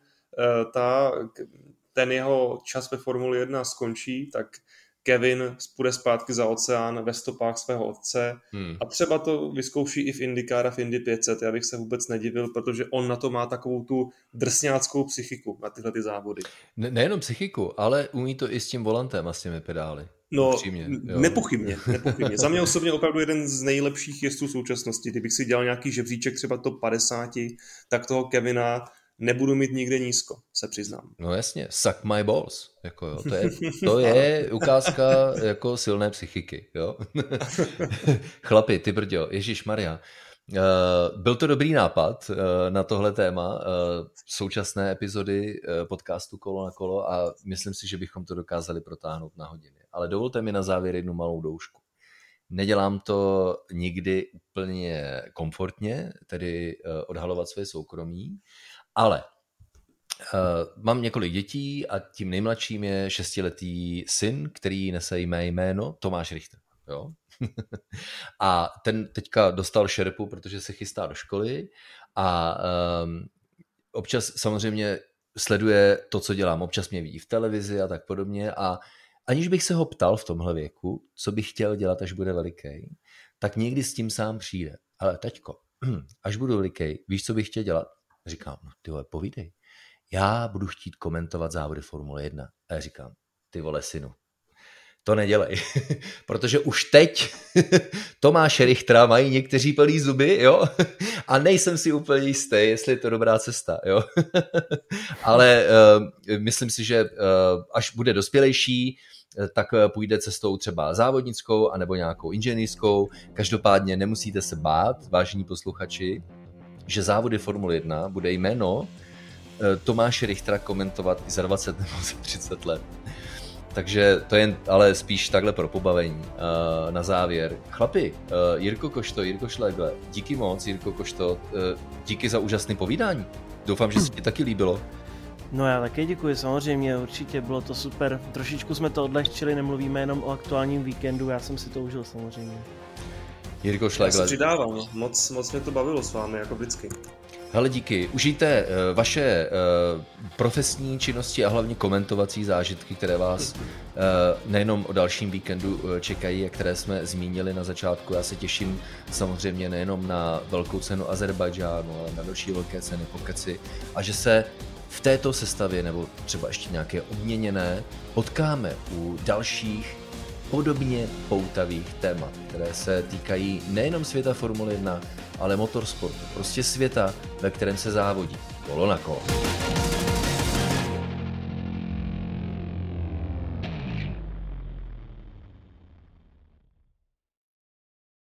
ten jeho čas ve Formule 1 skončí, tak Kevin půjde zpátky za oceán ve stopách svého otce a třeba to vyzkouší i v IndyCar a v Indy 500. Já bych se vůbec nedivil, protože on na to má takovou tu drsňáckou psychiku na tyhle ty závody. Nejenom psychiku, ale umí to i s tím volantem a s těmi pedály. No, upřímně, nepochybně. Za mě osobně opravdu jeden z nejlepších jezdců současnosti. Kdybych si dělal nějaký žebříček třeba top 50, tak toho Kevina nebudu mít nikde nízko, se přiznám. No jasně, suck my balls. Jako jo, to je ukázka jako silné psychiky. Jo? Chlapi, ty brďo, ježišmarja. Byl to dobrý nápad na tohle téma současné epizody podcastu Kolo na kolo a myslím si, že bychom to dokázali protáhnout na hodiny. Ale dovolte mi na závěr jednu malou doušku. Nedělám to nikdy úplně komfortně, tedy odhalovat své soukromí, ale mám několik dětí a tím nejmladším je 6letý syn, který nese mé jméno Tomáš Richter. Jo? A ten teďka dostal šerpu, protože se chystá do školy a občas samozřejmě sleduje to, co dělám. Občas mě vidí v televizi a tak podobně a aniž bych se ho ptal v tomhle věku, co bych chtěl dělat, až bude veliký, tak někdy s tím sám přijde. Ale taťko, až budu velikej, víš, co bych chtěl dělat? Říkám, no ty vole, povídej. Já budu chtít komentovat závody Formule 1. A já říkám, ty vole synu, to nedělej, protože už teď Tomáše Richtera mají někteří plný zuby, jo, a nejsem si úplně jistý, jestli je to dobrá cesta, jo, ale myslím si, že až bude dospělejší, tak půjde cestou třeba závodnickou anebo nějakou inženýrskou. Každopádně nemusíte se bát, vážení posluchači, že závody Formule 1 bude jméno Tomáše Richtera komentovat i za 20 nebo za 30 let. Takže to je ale spíš takhle pro pobavení. Na závěr. Chlapi, Jirko Košto, Jirko Šlégle, díky moc, Jirko Košto, díky za úžasné povídání. Doufám, že se ti taky líbilo. No já také děkuji, samozřejmě, určitě bylo to super. Trošičku jsme to odlehčili, nemluvíme jenom o aktuálním víkendu, já jsem si to užil samozřejmě. Jirko Šlégle. Já se přidávám, moc mě to bavilo s vámi, jako vždycky. Hele, díky. Užijte vaše profesní činnosti a hlavně komentovací zážitky, které vás nejenom o dalším víkendu čekají a které jsme zmínili na začátku. Já se těším samozřejmě nejenom na velkou cenu Azerbajdžánu, ale na další velké ceny Pokeci a že se v této sestavě nebo třeba ještě nějaké obměněné potkáme u dalších podobně poutavých témat, které se týkají nejenom světa Formule 1, ale motorsportu, prostě světa, ve kterém se závodí kolo na kolo.